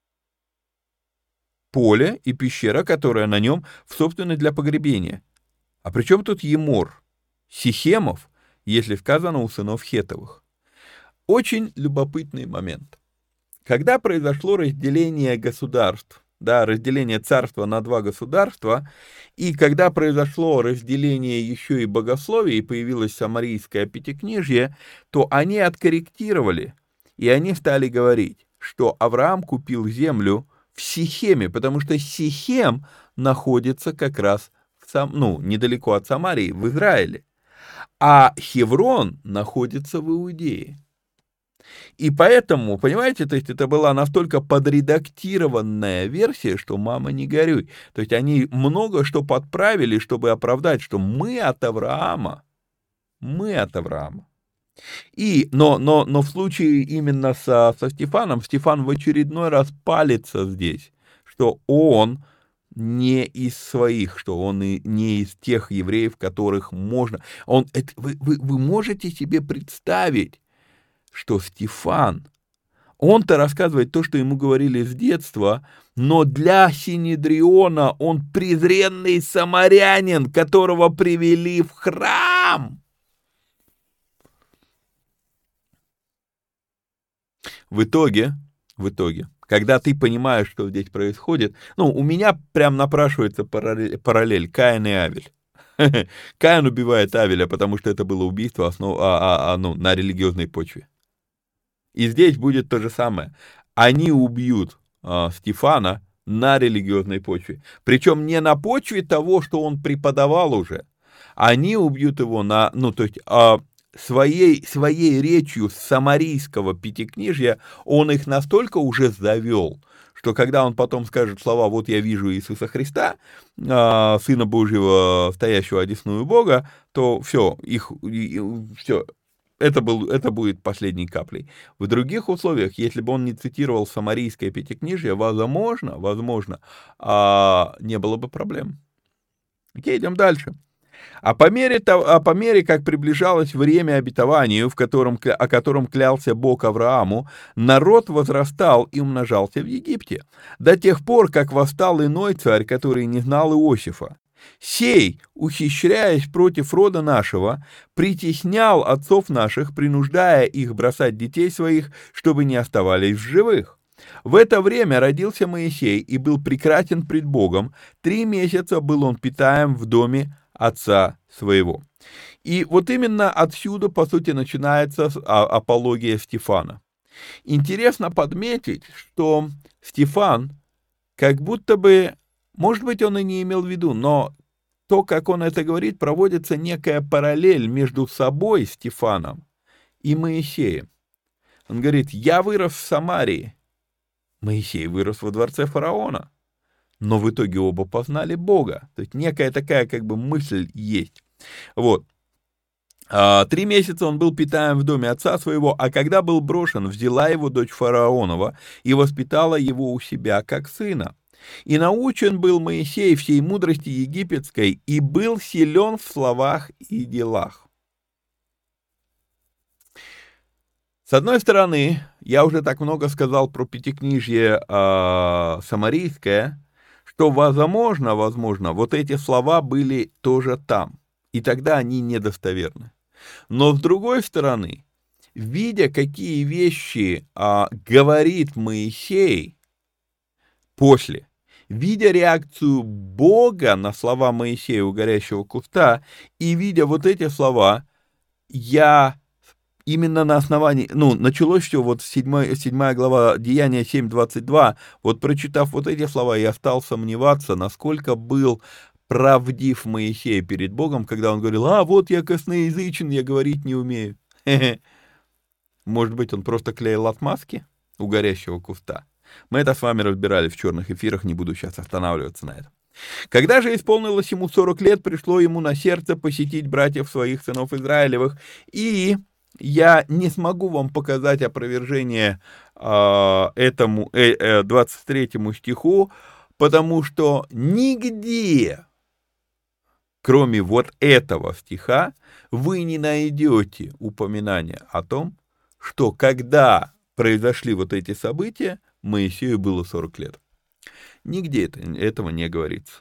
поле и пещера, которая на нем, в собственной для погребения. А при чем тут Емор? Сихемов, если сказано у сынов Хеттовых. Очень любопытный момент. Когда произошло разделение государств, да, разделение царства на два государства, и когда произошло разделение еще и богословия, и появилось Самарийское пятикнижье, то они откорректировали, и они стали говорить, что Авраам купил землю в Сихеме, потому что Сихем находится как раз в сам, ну, недалеко от Самарии, в Израиле, а Хеврон находится в Иудее. И поэтому, понимаете, то есть это была настолько подредактированная версия, что мама не горюй. То есть они много что подправили, чтобы оправдать, что мы от Авраама, мы от Авраама. И, но, но, но в случае именно со, со Стефаном, Стефан в очередной раз палится здесь, что он не из своих, что он и не из тех евреев, которых можно. Он, это, вы, вы, вы можете себе представить, что Стефан, он-то рассказывает то, что ему говорили с детства, но для Синедриона он презренный самарянин, которого привели в храм. В итоге, в итоге, когда ты понимаешь, что здесь происходит, ну, у меня прям напрашивается параллель, параллель Каин и Авель. Каин убивает Авеля, потому что это было убийство основ... а, а, а, ну, на религиозной почве. И здесь будет то же самое. Они убьют а, Стефана на религиозной почве. Причем не на почве того, что он преподавал уже. Они убьют его на, ну, то есть а, своей, своей речью с самарийского пятикнижья он их настолько уже завел, что когда он потом скажет слова «Вот я вижу Иисуса Христа, а, Сына Божьего, стоящего одесную Бога», то все, их, все, Это, был, это будет последней каплей. В других условиях, если бы он не цитировал самарийское пятикнижье, возможно, возможно, а, не было бы проблем. Окей, идем дальше. А по мере, а по мере, как приближалось время обетованию, в котором, о котором клялся Бог Аврааму, народ возрастал и умножался в Египте, до тех пор, как восстал иной царь, который не знал Иосифа. Сей, ухищряясь против рода нашего, притеснял отцов наших, принуждая их бросать детей своих, чтобы не оставались в живых. В это время родился Моисей и был прекрасен пред Богом. Три месяца был он питаем в доме отца своего. И вот именно отсюда, по сути, начинается апология Стефана. Интересно подметить, что Стефан как будто бы, может быть, он и не имел в виду, но то, как он это говорит, проводится некая параллель между собой, Стефаном, и Моисеем. Он говорит: я вырос в Самарии, Моисей вырос во дворце фараона, но в итоге оба познали Бога. То есть некая такая как бы мысль есть. Вот. А, три месяца он был питаем в доме отца своего, а когда был брошен, взяла его дочь фараонова и воспитала его у себя как сына. И научен был Моисей всей мудрости египетской, и был силен в словах и делах. С одной стороны, я уже так много сказал про пятикнижье э, самарийское, что возможно, возможно, вот эти слова были тоже там, и тогда они недостоверны. Но с другой стороны, видя, какие вещи э, говорит Моисей после, видя реакцию Бога на слова Моисея у горящего куста, и видя вот эти слова, я именно на основании, ну, началось все вот седьмая, седьмая глава Деяния семь двадцать два, вот прочитав вот эти слова, я стал сомневаться, насколько был правдив Моисей перед Богом, когда он говорил: а вот я косноязычен, я говорить не умею. Может быть, он просто клеил отмазки у горящего куста. Мы это с вами разбирали в черных эфирах, не буду сейчас останавливаться на этом. Когда же исполнилось ему сорок лет, пришло ему на сердце посетить братьев своих сынов Израилевых, и я не смогу вам показать опровержение э, этому э, э, двадцать третьему стиху, потому что нигде, кроме вот этого стиха, вы не найдете упоминания о том, что когда произошли вот эти события, Моисею было сорок лет. Нигде это, этого не говорится.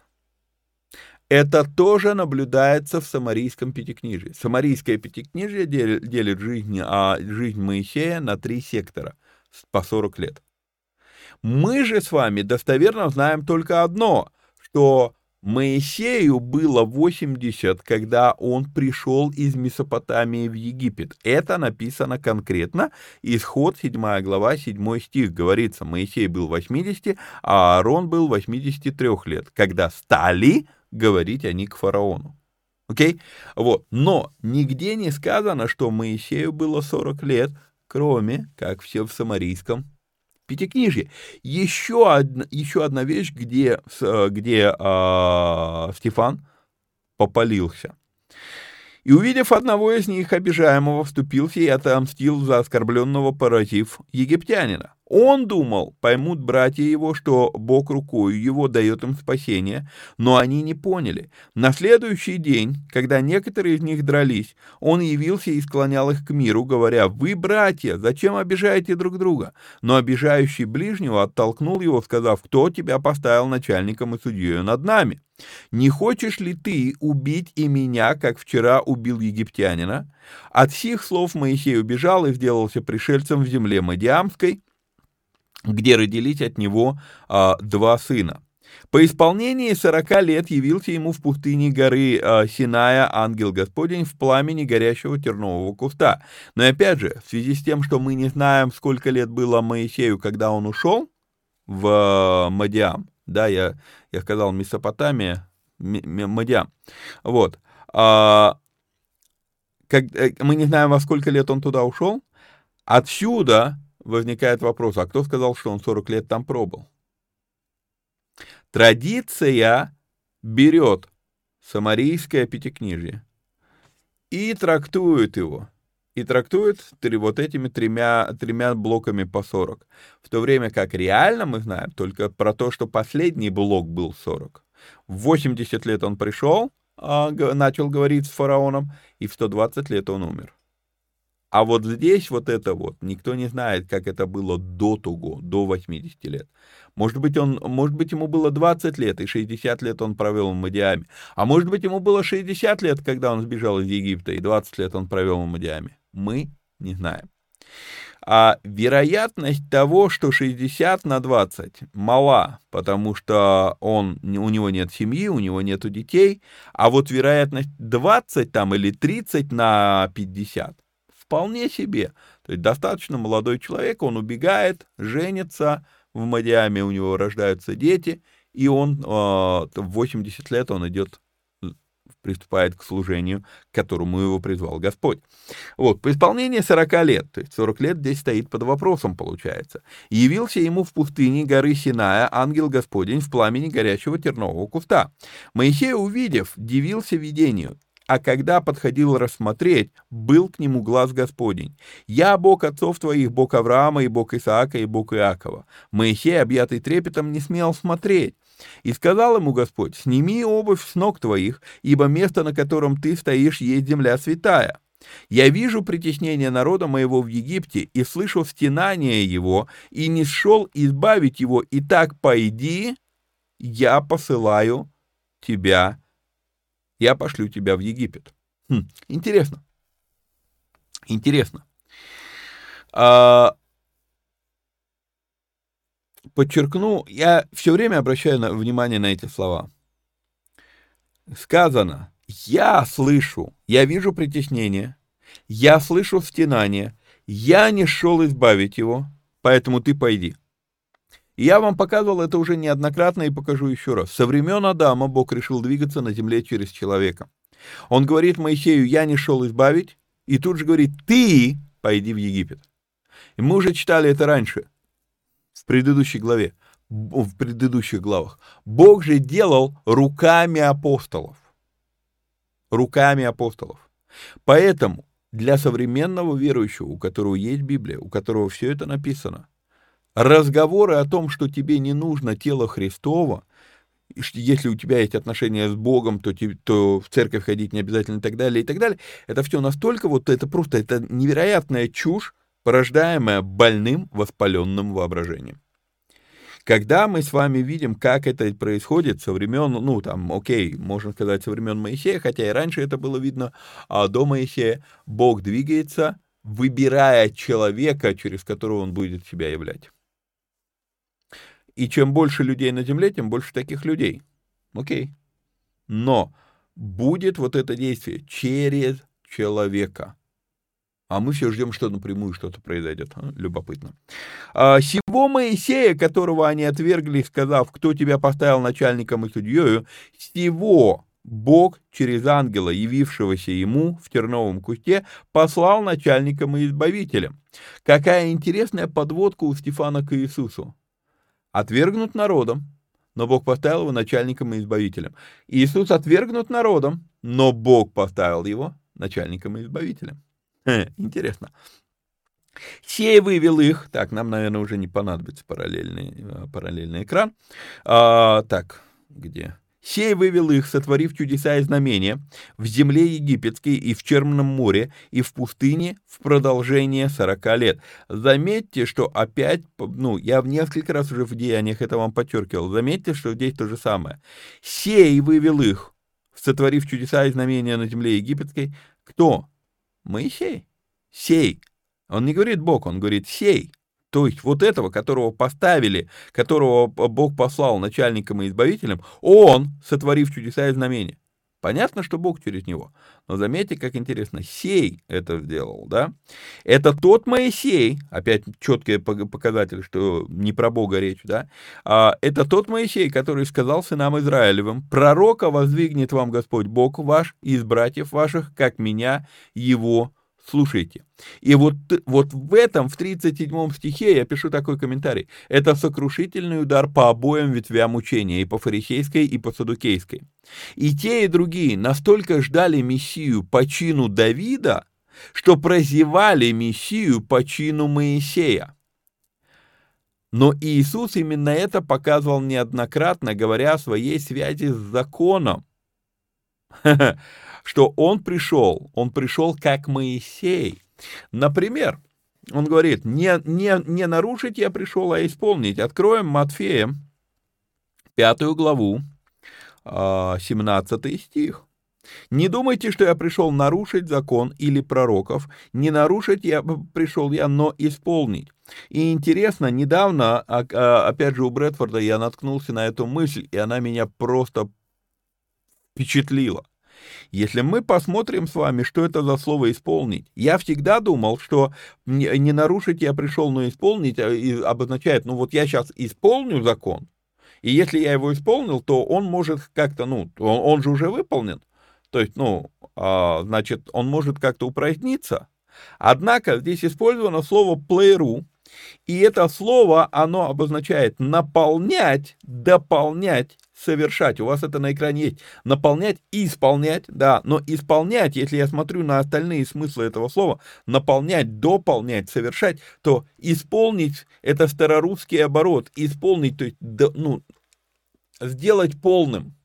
Это тоже наблюдается в Самарийском пятикнижии. Самарийское пятикнижие делит, делит жизнь, а, жизнь Моисея на три сектора по сорок лет. Мы же с вами достоверно знаем только одно, что Моисею было восемьдесят, когда он пришел из Месопотамии в Египет. Это написано конкретно. Исход, седьмая глава, седьмой стих. Говорится, Моисей был восемьдесят, а Аарон был восемьдесят три лет, когда стали говорить они к фараону. Окей? Вот. Но нигде не сказано, что Моисею было сорок лет, кроме, как все в Самарийском Пятикнижье. Еще одна, еще одна вещь, где, где а, Стефан попалился. И, увидев одного из них, обижаемого, вступился и отомстил за оскорбленного, поразив египтянина. Он думал, поймут братья его, что Бог рукою его дает им спасение, но они не поняли. На следующий день, когда некоторые из них дрались, он явился и склонял их к миру, говоря: «Вы, братья, зачем обижаете друг друга?» Но обижающий ближнего оттолкнул его, сказав: «Кто тебя поставил начальником и судьей над нами? Не хочешь ли ты убить и меня, как вчера убил египтянина?» От сих слов Моисей убежал и сделался пришельцем в земле Мадиамской, где родились от него а, два сына. По исполнении сорока лет явился ему в пустыне горы а, Синая ангел Господень в пламени горящего тернового куста. Но опять же, в связи с тем, что мы не знаем, сколько лет было Моисею, когда он ушел в а, Мадиам, да, я, я сказал Месопотамия, Мадиам, вот, а, как, мы не знаем, во сколько лет он туда ушел, отсюда возникает вопрос, а кто сказал, что он сорок лет там пробыл? Традиция берет Самарийское пятикнижие и трактует его, и трактует вот этими тремя, тремя блоками по сорок, в то время как реально мы знаем только про то, что последний блок был сорок. В восемьдесят лет он пришел, начал говорить с фараоном, и в сто двадцать лет он умер. А вот здесь вот это вот, никто не знает, как это было до того, до восьмидесяти лет. Может быть, он, может быть, ему было двадцать лет, и шестьдесят лет он провел в Мадиаме. А может быть, ему было шестьдесят лет, когда он сбежал из Египта, и двадцать лет он провел в Мадиаме. Мы не знаем. А вероятность того, что шестьдесят на двадцать мала, потому что он, у него нет семьи, у него нету детей, а вот вероятность двадцать там или тридцать на пятьдесят, вполне себе. То есть достаточно молодой человек, он убегает, женится, в Мадиаме у него рождаются дети, и он э, в восемьдесят лет он идет, приступает к служению, к которому его призвал Господь. Вот, по исполнении сорока лет, то есть сорок лет здесь стоит под вопросом, получается. «Явился ему в пустыне горы Синая ангел Господень в пламени горящего тернового куста. Моисей, увидев, дивился видению, а когда подходил рассмотреть, был к нему глаз Господень. Я Бог отцов твоих, Бог Авраама и Бог Исаака и Бог Иакова. Моисей, объятый трепетом, не смел смотреть. И сказал ему Господь: сними обувь с ног твоих, ибо место, на котором ты стоишь, есть земля святая. Я вижу притеснение народа моего в Египте, и слышу стенание его, и не шел избавить его. Итак, пойди, я посылаю тебя, я пошлю тебя в Египет». Хм, интересно. Интересно. А, подчеркну, я все время обращаю на, внимание на эти слова. Сказано: я слышу, я вижу притеснение, я слышу стенание, я не шел избавить его, поэтому ты пойди. Я вам показывал это уже неоднократно и покажу еще раз. Со времен Адама Бог решил двигаться на земле через человека. Он говорит Моисею: я не шел избавить, и тут же говорит: ты пойди в Египет. И мы уже читали это раньше, в предыдущей главе, в предыдущих главах. Бог же делал руками апостолов. Руками апостолов. Поэтому для современного верующего, у которого есть Библия, у которого все это написано, разговоры о том, что тебе не нужно тело Христово, если у тебя есть отношения с Богом, то, то в церковь ходить не обязательно и так далее, и так далее, это все настолько, вот это просто, это невероятная чушь, порождаемое больным воспаленным воображением. Когда мы с вами видим, как это происходит со времен, ну, там, окей, можно сказать, со времен Моисея, хотя и раньше это было видно, а до Моисея Бог двигается, выбирая человека, через которого он будет себя являть. И чем больше людей на земле, тем больше таких людей. Окей. Но будет вот это действие через человека. А мы все ждем, что напрямую что-то произойдет. А? Любопытно. А, сего Моисея, которого они отвергли, сказав, кто тебя поставил начальником и судьею, сего Бог через ангела, явившегося ему в терновом кусте, послал начальником и избавителем. Какая интересная подводка у Стефана к Иисусу. Отвергнут народом, но Бог поставил его начальником и избавителем. Иисус отвергнут народом, но Бог поставил его начальником и избавителем. Интересно. Сей вывел их. Так, нам, наверное, уже не понадобится параллельный, параллельный экран. А, так, где? Сей вывел их, сотворив чудеса и знамения в земле египетской и в Черном море, и в пустыне в продолжение сорока лет. Заметьте, что опять, ну, я в несколько раз уже в Деяниях это вам подчеркивал, заметьте, что здесь то же самое. Сей вывел их, сотворив чудеса и знамения на земле египетской. Кто? Моисей. Сей. Он не говорит Бог, он говорит сей. То есть вот этого, которого поставили, которого Бог послал начальником и избавителем, он, сотворив чудеса и знамения. Понятно, что Бог через него. Но заметьте, как интересно, сей это сделал, да? Это тот Моисей, опять четкий показатель, что не про Бога речь, да? А, это тот Моисей, который сказал сынам Израилевым, пророка воздвигнет вам Господь Бог ваш из братьев ваших, как меня, его слушайте. И вот, вот в этом, в тридцать седьмом стихе я пишу такой комментарий. Это сокрушительный удар по обоим ветвям учения, и по фарисейской, и по саддукейской. И те, и другие настолько ждали Мессию по чину Давида, что прозевали Мессию по чину Моисея. Но Иисус именно это показывал неоднократно, говоря о своей связи с законом. Что он пришел, он пришел как Моисей. Например, он говорит, не, не, не нарушить я пришел, а исполнить. Откроем Матфея, пятую главу, семнадцатый стих. Не думайте, что я пришел нарушить закон или пророков. Не нарушить я пришел я, но исполнить. И интересно, недавно, опять же у Брэдфорда, я наткнулся на эту мысль, и она меня просто впечатлила. Если мы посмотрим с вами, что это за слово «исполнить», я всегда думал, что не нарушить я пришел, но исполнить обозначает, ну вот я сейчас исполню закон, и если я его исполнил, то он может как-то, ну, он, он же уже выполнен, то есть, ну, а, значит, он может как-то упраздниться. Однако здесь использовано слово «плейру», и это слово, оно обозначает наполнять, дополнять, совершать. У вас это на экране есть. Наполнять и исполнять, да, но исполнять, если я смотрю на остальные смыслы этого слова, наполнять, дополнять, совершать, то исполнить — это старорусский оборот. Исполнить, то есть, ну, сделать полным.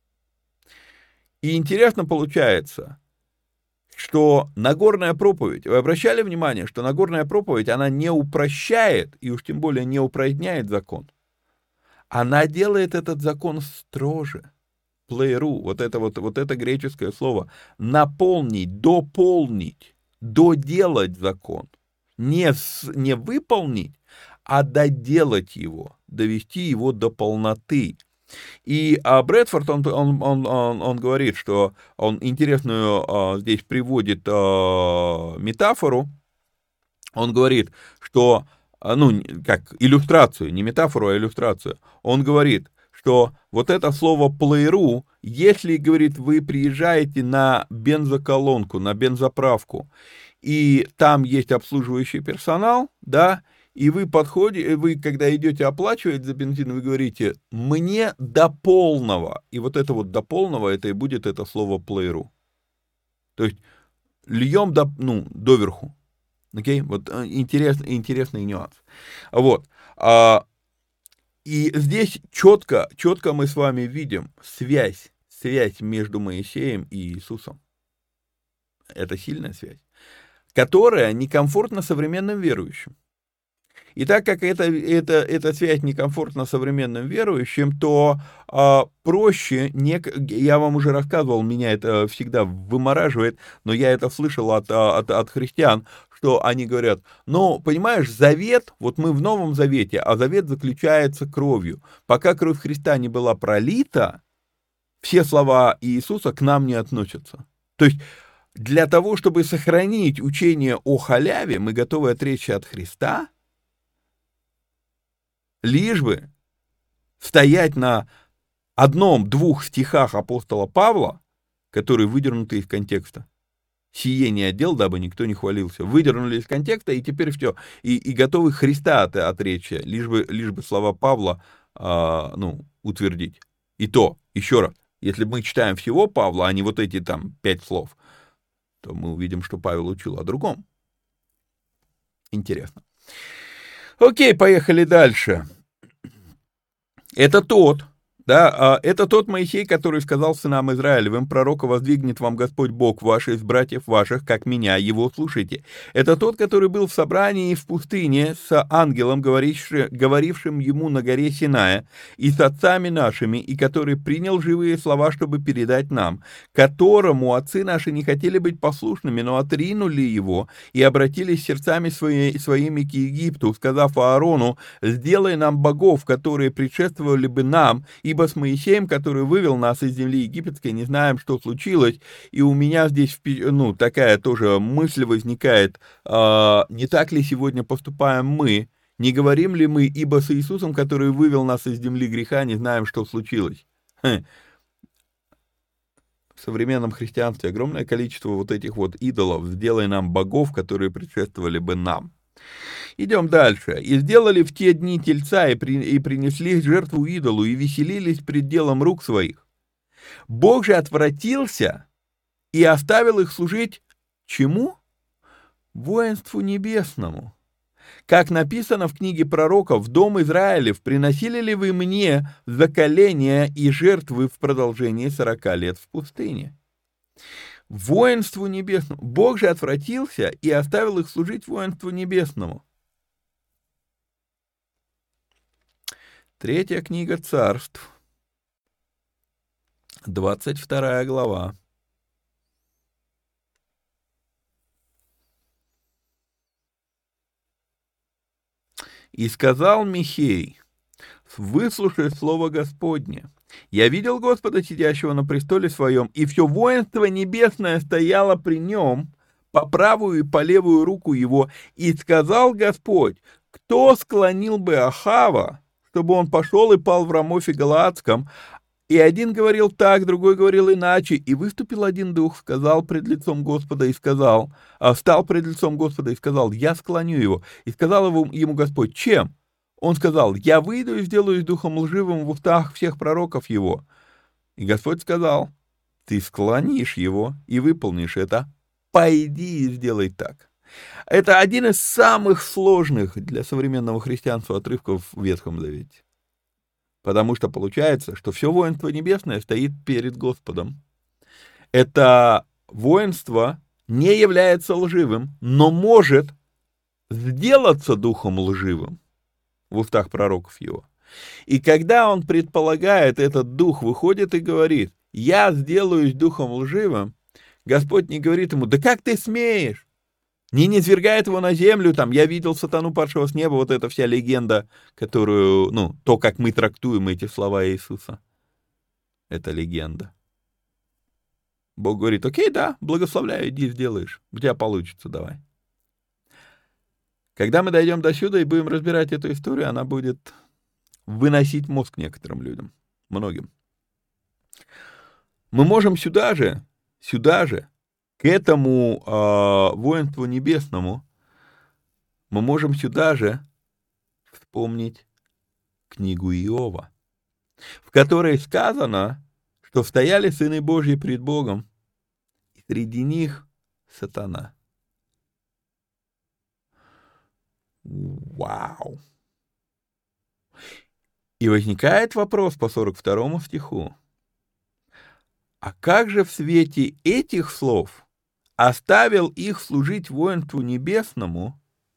И интересно получается, что Нагорная проповедь, вы обращали внимание, что Нагорная проповедь, она не упрощает, и уж тем более не упраздняет закон. Она делает этот закон строже. Плейру, вот это вот, вот это греческое слово, наполнить, дополнить, доделать закон. Не, с, не выполнить, а доделать его, довести его до полноты. И а Брэдфорд, он, он, он, он, он говорит, что он интересную а, здесь приводит а, метафору. Он говорит, что, ну, как иллюстрацию, не метафору, а иллюстрацию. Он говорит, что вот это слово «плейру», если, говорит, вы приезжаете на бензоколонку, на бензоправку, и там есть обслуживающий персонал, да, и вы подходите, вы, когда идете оплачивать за бензин, вы говорите «мне до полного». И вот это вот «до полного» это и будет это слово «плейру». То есть льем до, ну, доверху. Окей? Вот интересный, интересный нюанс. Вот. И здесь четко, четко мы с вами видим связь, связь между Моисеем и Иисусом. Это сильная связь. которая некомфортна современным верующим. И так как это, это, эта связь некомфортна современным верующим, то а, проще, не, я вам уже рассказывал, меня это всегда вымораживает, но я это слышал от, от, от христиан, что они говорят, ну, понимаешь, завет, вот мы в Новом Завете, а завет заключается кровью. Пока кровь Христа не была пролита, все слова Иисуса к нам не относятся. То есть для того, чтобы сохранить учение о халяве, мы готовы отречься от Христа, лишь бы стоять на одном-двух стихах апостола Павла, которые выдернуты из контекста. Сие не отдел, дабы никто не хвалился. Выдернули из контекста, и теперь все. И, и готовы Христа от, отречься, лишь бы, лишь бы слова Павла а, ну, утвердить. И то, еще раз, если мы читаем всего Павла, а не вот эти там пять слов, то мы увидим, что Павел учил о другом. Интересно. Окей, поехали дальше. Это тот, да, это тот Моисей, который сказал сынам Израилевым: пророка воздвигнет вам Господь Бог ваш из братьев ваших, как меня, его слушайте. Это тот, который был в собрании в пустыне с ангелом, говорившим, говорившим ему на горе Синая, и с отцами нашими, и который принял живые слова, чтобы передать нам, которому отцы наши не хотели быть послушными, но отринули его и обратились сердцами свои, своими к Египту, сказав Аарону: сделай нам богов, которые предшествовали бы нам, ибо с Моисеем, который вывел нас из земли египетской, не знаем, что случилось. И у меня здесь, ну, такая тоже мысль возникает, э, не так ли сегодня поступаем мы? Не говорим ли мы: ибо с Иисусом, который вывел нас из земли греха, не знаем, что случилось? Хм. В современном христианстве огромное количество вот этих вот идолов: сделай нам богов, которые предшествовали бы нам. Идем дальше. «И сделали в те дни тельца, и, при, и принесли жертву идолу, и веселились пред делом рук своих. Бог же отвратился и оставил их служить чему? Воинству небесному. Как написано в книге пророков: в дом Израилев приносили ли вы мне заколения и жертвы в продолжении сорока лет в пустыне?» Воинству небесному. Бог же отвратился и оставил их служить воинству небесному. Третья книга Царств, двадцать вторая глава. «И сказал Михей: выслушай слово Господне. Я видел Господа, сидящего на престоле своем, и все воинство небесное стояло при нем, по правую и по левую руку его. И сказал Господь: кто склонил бы Ахава, чтобы он пошел и пал в Рамофе Галаадском? И один говорил так, другой говорил иначе. И выступил один дух, сказал пред лицом Господа и сказал, а, встал пред лицом Господа и сказал: я склоню его. И сказал ему, ему Господь: чем? Он сказал: я выйду и сделаюсь духом лживым в устах всех пророков его. И Господь сказал: ты склонишь его и выполнишь это. Пойди и сделай так. Это один из самых сложных для современного христианства отрывков в Ветхом Завете. Потому что получается, что все воинство небесное стоит перед Господом. Это воинство не является лживым, но может сделаться духом лживым в устах пророков его. И когда он предполагает, этот дух выходит и говорит: я сделаюсь духом лживым, Господь не говорит ему: да как ты смеешь? Не низвергает его на землю, там, я видел сатану, падшего с неба, вот эта вся легенда, которую, ну, то, как мы трактуем эти слова Иисуса. Это легенда. Бог говорит: окей, да, благословляю, иди сделаешь, у тебя получится, давай. Когда мы дойдем до сюда и будем разбирать эту историю, она будет выносить мозг некоторым людям, многим. Мы можем сюда же, сюда же, к этому э, воинству небесному, мы можем сюда же вспомнить книгу Иова, в которой сказано, что стояли сыны Божьи пред Богом, и среди них сатана. Вау! И возникает вопрос по сорок второму стиху. А как же в свете этих слов оставил их служить воинству небесному.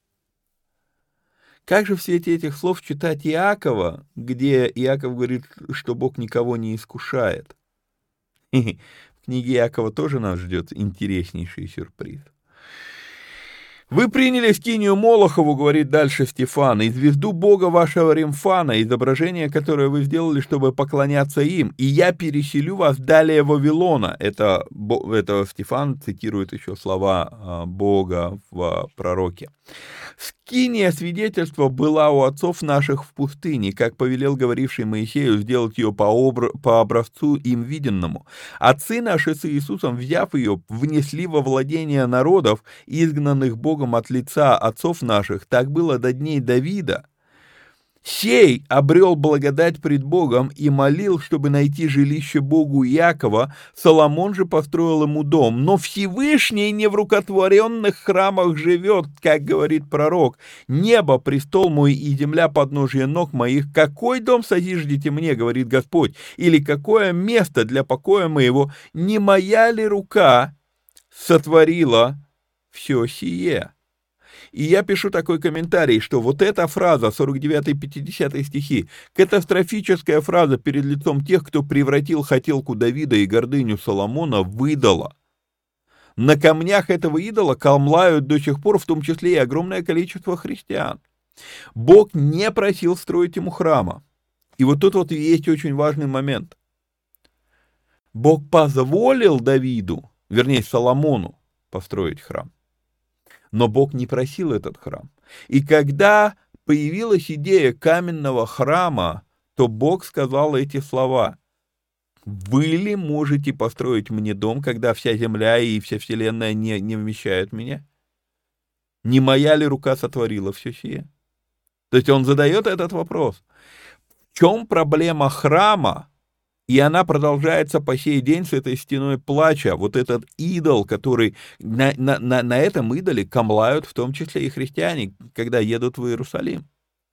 Как же в свете этих слов читать Иакова, где Иаков говорит, что Бог никого не искушает? В книге Иакова тоже нас ждет интереснейший сюрприз. «Вы приняли скинию Молохову, — говорит дальше Стефан, — и звезду бога вашего Римфана, изображение, которое вы сделали, чтобы поклоняться им, и я переселю вас далее Вавилона». Это, это Стефан цитирует еще слова Бога в пророке. «Скиния свидетельства была у отцов наших в пустыне, как повелел говоривший Моисею сделать ее по, обр... по образцу им виденному. Отцы наши с Иисусом, взяв ее, внесли во владение народов, изгнанных Богом от лица отцов наших. Так было до дней Давида. Сей обрел благодать пред Богом и молил, чтобы найти жилище Богу Иакова. Соломон же построил ему дом. Но Всевышний не в рукотворенных храмах живет, как говорит пророк. Небо, престол мой, и земля подножие ног моих. Какой дом созиждете мне, говорит Господь, или какое место для покоя моего? Не моя ли рука сотворила все сие?» И я пишу такой комментарий, что вот эта фраза, сорок девятый-пятидесятый стихи, катастрофическая фраза перед лицом тех, кто превратил хотелку Давида и гордыню Соломона в идола. На камнях этого идола камлают до сих пор, в том числе и огромное количество христиан. Бог не просил строить ему храма. И вот тут вот есть очень важный момент. Бог позволил Давиду, вернее Соломону, построить храм. Но Бог не просил этот храм. И когда появилась идея каменного храма, то Бог сказал эти слова: «Вы ли можете построить мне дом, когда вся земля и вся вселенная не, не вмещают меня? Не моя ли рука сотворила все сие?» То есть он задает этот вопрос. В чем проблема храма? И она продолжается по сей день с этой стеной плача. Вот этот идол, который на, на, на, на этом идоле камлают в том числе и христиане, когда едут в Иерусалим.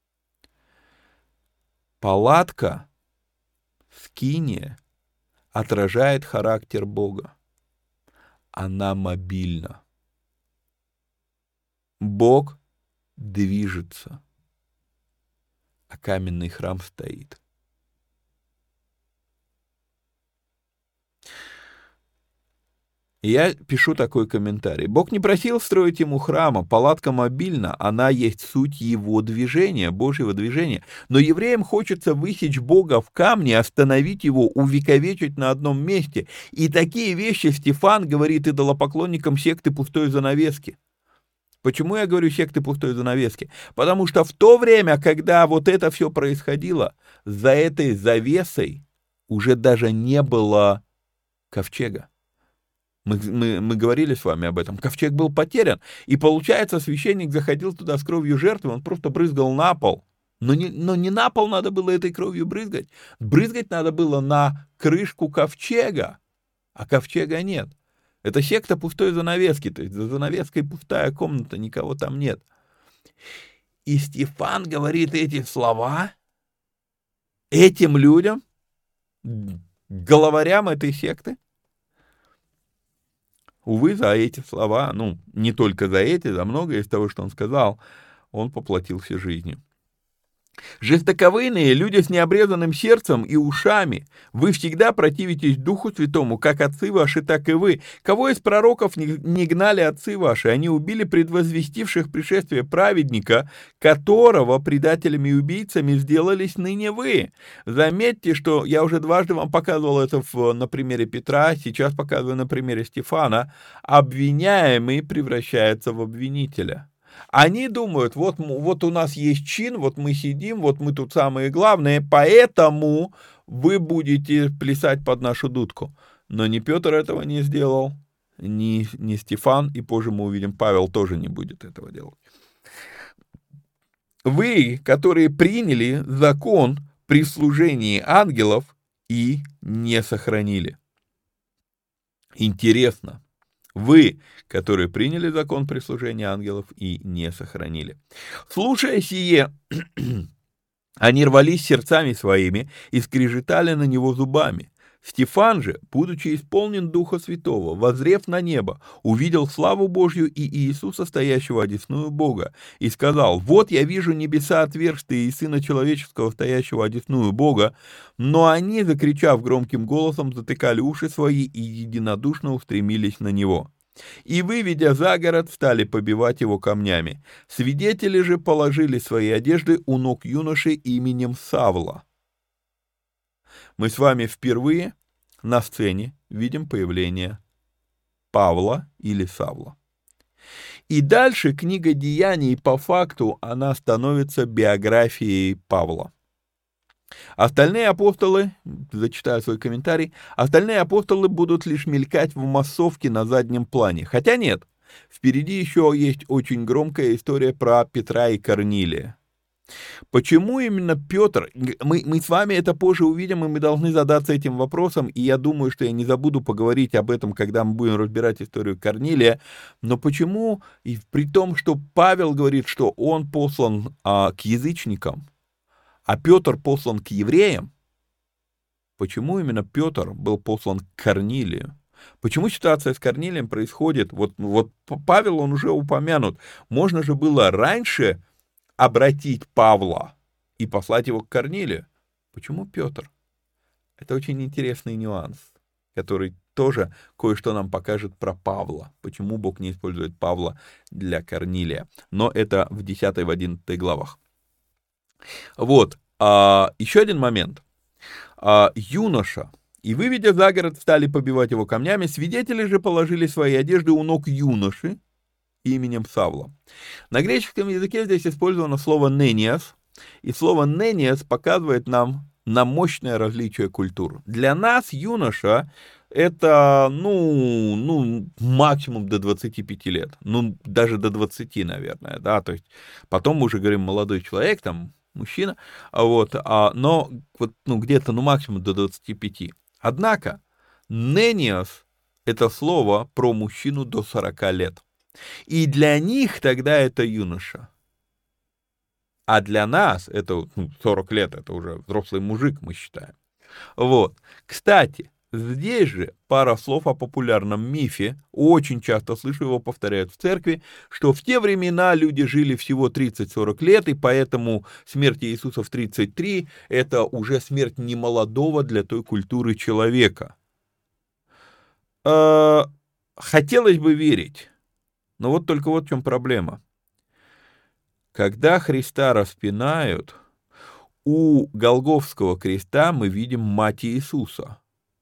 Палатка, скиния, отражает характер Бога. Она мобильна. Бог движется, а каменный храм стоит. И я пишу такой комментарий. Бог не просил строить ему храма, палатка мобильна, она есть суть его движения, Божьего движения. Но евреям хочется высечь Бога в камне, остановить его, увековечить на одном месте. И такие вещи Стефан говорит идолопоклонникам секты пустой занавески. Почему я говорю секты пустой занавески? Потому что в то время, когда вот это все происходило, за этой завесой уже даже не было ковчега. Мы, мы, мы говорили с вами об этом. Ковчег был потерян. И получается, священник заходил туда с кровью жертвы, он просто брызгал на пол. Но не, но не на пол надо было этой кровью брызгать. Брызгать надо было на крышку ковчега. А ковчега нет. Это секта пустой занавески. То есть за занавеской пустая комната, никого там нет. И Стефан говорит эти слова этим людям, главарям этой секты. Увы, за эти слова, ну, не только за эти, за многое из того, что он сказал, он поплатился жизнью. Жестоковыйные, люди с необрезанным сердцем и ушами, вы всегда противитесь Духу Святому, как отцы ваши, так и вы. Кого из пророков не, не гнали отцы ваши? Они убили предвозвестивших пришествие праведника, которого предателями и убийцами сделались ныне вы. Заметьте, что я уже дважды вам показывал это в, на примере Петра, сейчас показываю на примере Стефана. Обвиняемый превращается в обвинителя. Они думают, вот, вот у нас есть чин, вот мы сидим, вот мы тут самые главные, поэтому вы будете плясать под нашу дудку. Но ни Петр этого не сделал, ни, ни Стефан, и позже мы увидим, Павел тоже не будет этого делать. Вы, которые приняли закон при служении ангелов и не сохранили. Интересно. Вы, которые приняли закон при служении ангелов и не сохранили. Слушая сие, они рвались сердцами своими и скрежетали на него зубами. Стефан же, будучи исполнен Духа Святого, воззрев на небо, увидел славу Божью и Иисуса, стоящего одесную Бога, и сказал: «Вот я вижу небеса отверстые и Сына Человеческого, стоящего одесную Бога». Но они, закричав громким голосом, затыкали уши свои и единодушно устремились на него. И, выведя за город, стали побивать его камнями. Свидетели же положили свои одежды у ног юноши именем Савла. Мы с вами впервые на сцене видим появление Павла или Савла. И дальше книга Деяний, по факту, она становится биографией Павла. Остальные апостолы, зачитаю свой комментарий, остальные апостолы будут лишь мелькать в массовке на заднем плане. Хотя нет, впереди еще есть очень громкая история про Петра и Корнилия. Почему именно Петр? Мы, мы с вами это позже увидим, и мы должны задаться этим вопросом, и я думаю, что я не забуду поговорить об этом, когда мы будем разбирать историю Корнилия. Но почему, и при том, что Павел говорит, что он послан а, к язычникам, а Петр послан к евреям, почему именно Петр был послан к Корнилию? Почему ситуация с Корнилием происходит? Вот, вот Павел, он уже упомянут. Можно же было раньше обратить Павла и послать его к Корнилию. Почему Петр? Это очень интересный нюанс, который тоже кое-что нам покажет про Павла. Почему Бог не использует Павла для Корнилия. Но это в десятой, в одиннадцатой главах. Вот, а, еще один момент. А, юноша. И, выведя за город, стали побивать его камнями. Свидетели же положили свои одежды у ног юноши именем Савла. На греческом языке здесь использовано слово «нениас», и слово «нениас» показывает нам на мощное различие культур. Для нас юноша — это, ну, ну, максимум до двадцати пяти лет, ну, даже до двадцати, наверное, да, то есть потом мы уже говорим молодой человек, там, мужчина, вот, а, но вот, ну, где-то, ну, максимум до двадцати пяти. Однако «нениас» — это слово про мужчину до сорока лет. И для них тогда это юноша. А для нас это ну, сорок лет, это уже взрослый мужик, мы считаем. Вот. Кстати, здесь же пара слов о популярном мифе. Очень часто слышу его повторяют в церкви, что в те времена люди жили всего тридцать-сорок лет, и поэтому смерть Иисуса в тридцать три — это уже смерть немолодого для той культуры человека. Хотелось бы верить. Но вот только вот в чем проблема. Когда Христа распинают, у Голгофского креста мы видим мать Иисуса.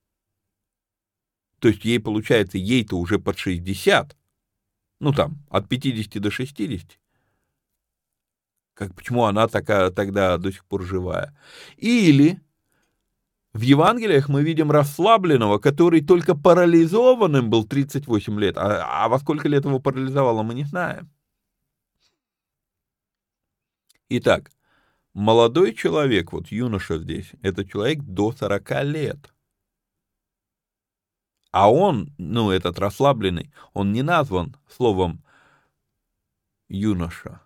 То есть ей, получается, ей-то уже под шестьдесят. Ну там, от пятидесяти до шестидесяти. Как, почему она такая, тогда до сих пор живая? Или в Евангелиях мы видим расслабленного, который только парализованным был тридцать восемь лет. А, а во сколько лет его парализовало, мы не знаем. Итак, молодой человек, вот юноша здесь, это человек до сорока лет. А он, ну, этот расслабленный, он не назван словом юноша.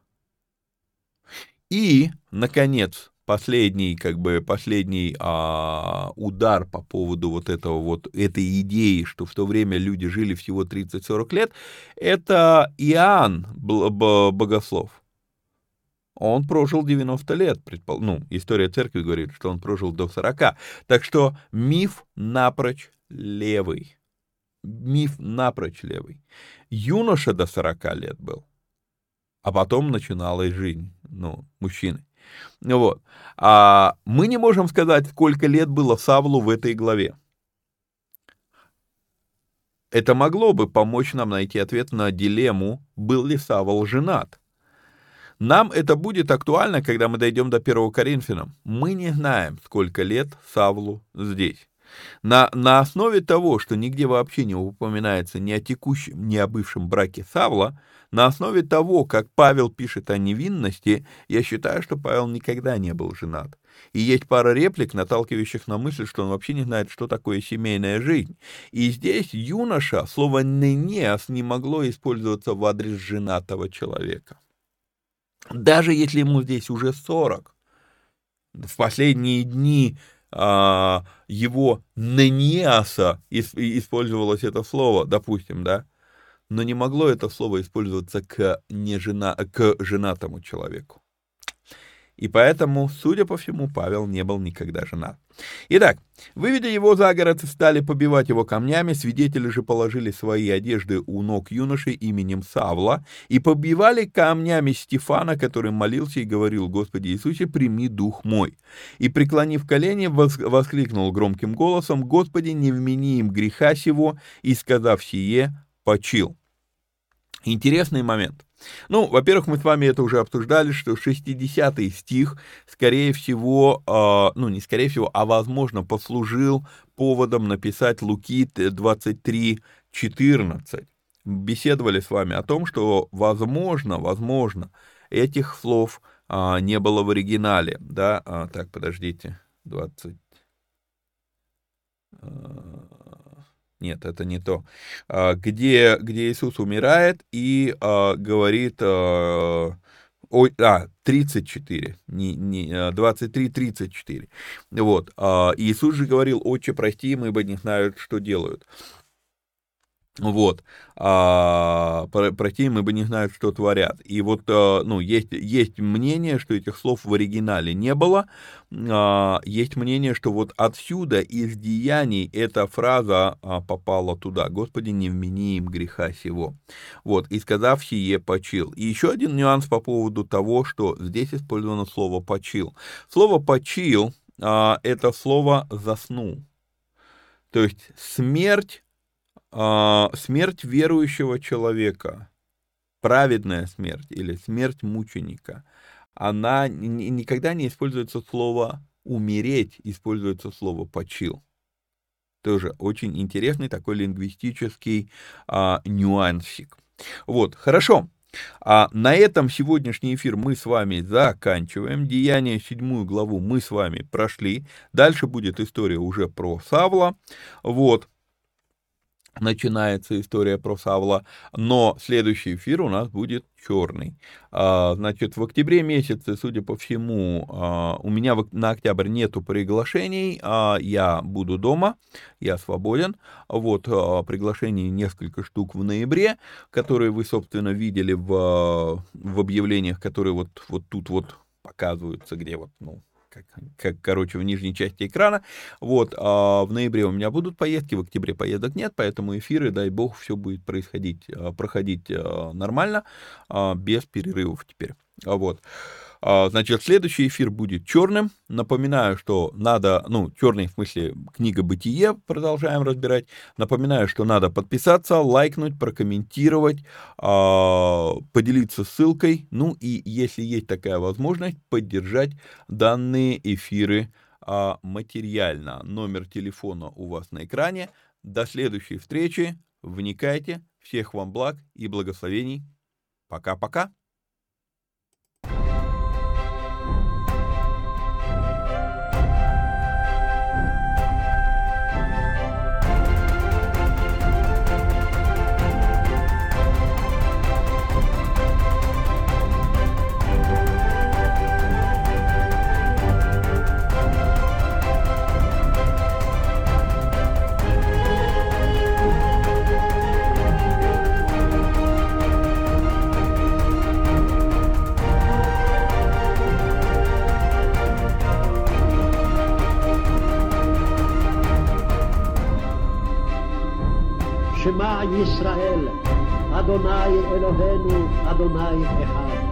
И, наконец, последний, как бы, последний а, удар по поводу вот этого вот, этой идеи, что в то время люди жили всего тридцать-сорок лет, это Иоанн Богослов. Он прожил девяносто лет, предпол... ну, история церкви говорит, что он прожил до сорока. Так что миф напрочь левый. Миф напрочь левый. Юноша до сорока лет был, а потом начиналась жизнь, ну, мужчины. Вот. А мы не можем сказать, сколько лет было Савлу в этой главе. Это могло бы помочь нам найти ответ на дилемму, был ли Савл женат. Нам это будет актуально, когда мы дойдем до первого Коринфянам. Мы не знаем, сколько лет Савлу здесь. На, на основе того, что нигде вообще не упоминается ни о текущем, ни о бывшем браке Савла, на основе того, как Павел пишет о невинности, я считаю, что Павел никогда не был женат. И есть пара реплик, наталкивающих на мысль, что он вообще не знает, что такое семейная жизнь. И здесь юноша, слово «нениас» не могло использоваться в адрес женатого человека. Даже если ему здесь уже сорок, в последние дни а, его нениаса использовалось это слово, допустим, да, но не могло это слово использоваться к, не жена, к женатому человеку. И поэтому, судя по всему, Павел не был никогда женат. Итак, выведя его за город, стали побивать его камнями, свидетели же положили свои одежды у ног юноши именем Савла и побивали камнями Стефана, который молился и говорил: «Господи Иисусе, прими дух мой». И, преклонив колени, воскликнул громким голосом: «Господи, не вмени им греха сего», и, сказав сие, почил. Интересный момент. Ну, во-первых, мы с вами это уже обсуждали, что шестидесятый стих, скорее всего, э, ну, не скорее всего, а возможно, послужил поводом написать Луки двадцать три четырнадцать. Беседовали с вами о том, что, возможно, возможно, этих слов э, не было в оригинале, да, а, так, подождите, двадцать... Нет, это не то. Где, где Иисус умирает и а, говорит, а, ой, а, тридцать четыре, не, не, двадцать три тридцать четыре. Вот. А, Иисус же говорил: «Отче, прости им, ибо не знают, что делают». Вот, а, прости им, ибо не знают, что творят. И вот, а, ну, есть, есть мнение, что этих слов в оригинале не было, а, есть мнение, что вот отсюда, из деяний, эта фраза а, попала туда: «Господи, не вмени им греха сего». Вот, и сказав сие, почил. И еще один нюанс по поводу того, что здесь использовано слово «почил». Слово «почил» а, это слово «заснул». То есть смерть, смерть верующего человека, праведная смерть или смерть мученика, она никогда не используется слово «умереть», используется слово «почил». Тоже очень интересный такой лингвистический а, нюансик. Вот, хорошо. А на этом сегодняшний эфир мы с вами заканчиваем. Деяния, седьмую главу мы с вами прошли. Дальше будет история уже про Савла. Вот. Начинается история про Савла, но следующий эфир у нас будет черный. Значит, в октябре месяце, судя по всему, у меня на октябрь нету приглашений, я буду дома, я свободен. Вот, приглашений несколько штук в ноябре, которые вы, собственно, видели в, в объявлениях, которые вот, вот тут вот показываются, где вот, ну, Как, как, короче, в нижней части экрана. Вот, а в ноябре у меня будут поездки, в октябре поездок нет, поэтому эфиры, дай бог, все будет происходить, проходить нормально, без перерывов теперь. Вот. Значит, следующий эфир будет черным. Напоминаю, что надо, ну, черный, в смысле, книга «Бытие», продолжаем разбирать. Напоминаю, что надо подписаться, лайкнуть, прокомментировать, поделиться ссылкой. Ну и, если есть такая возможность, поддержать данные эфиры материально. Номер телефона у вас на экране. До следующей встречи. Вникайте. Всех вам благ и благословений. Пока-пока. שמע ישראל, אדוני אלוהינו, אדוני אחד.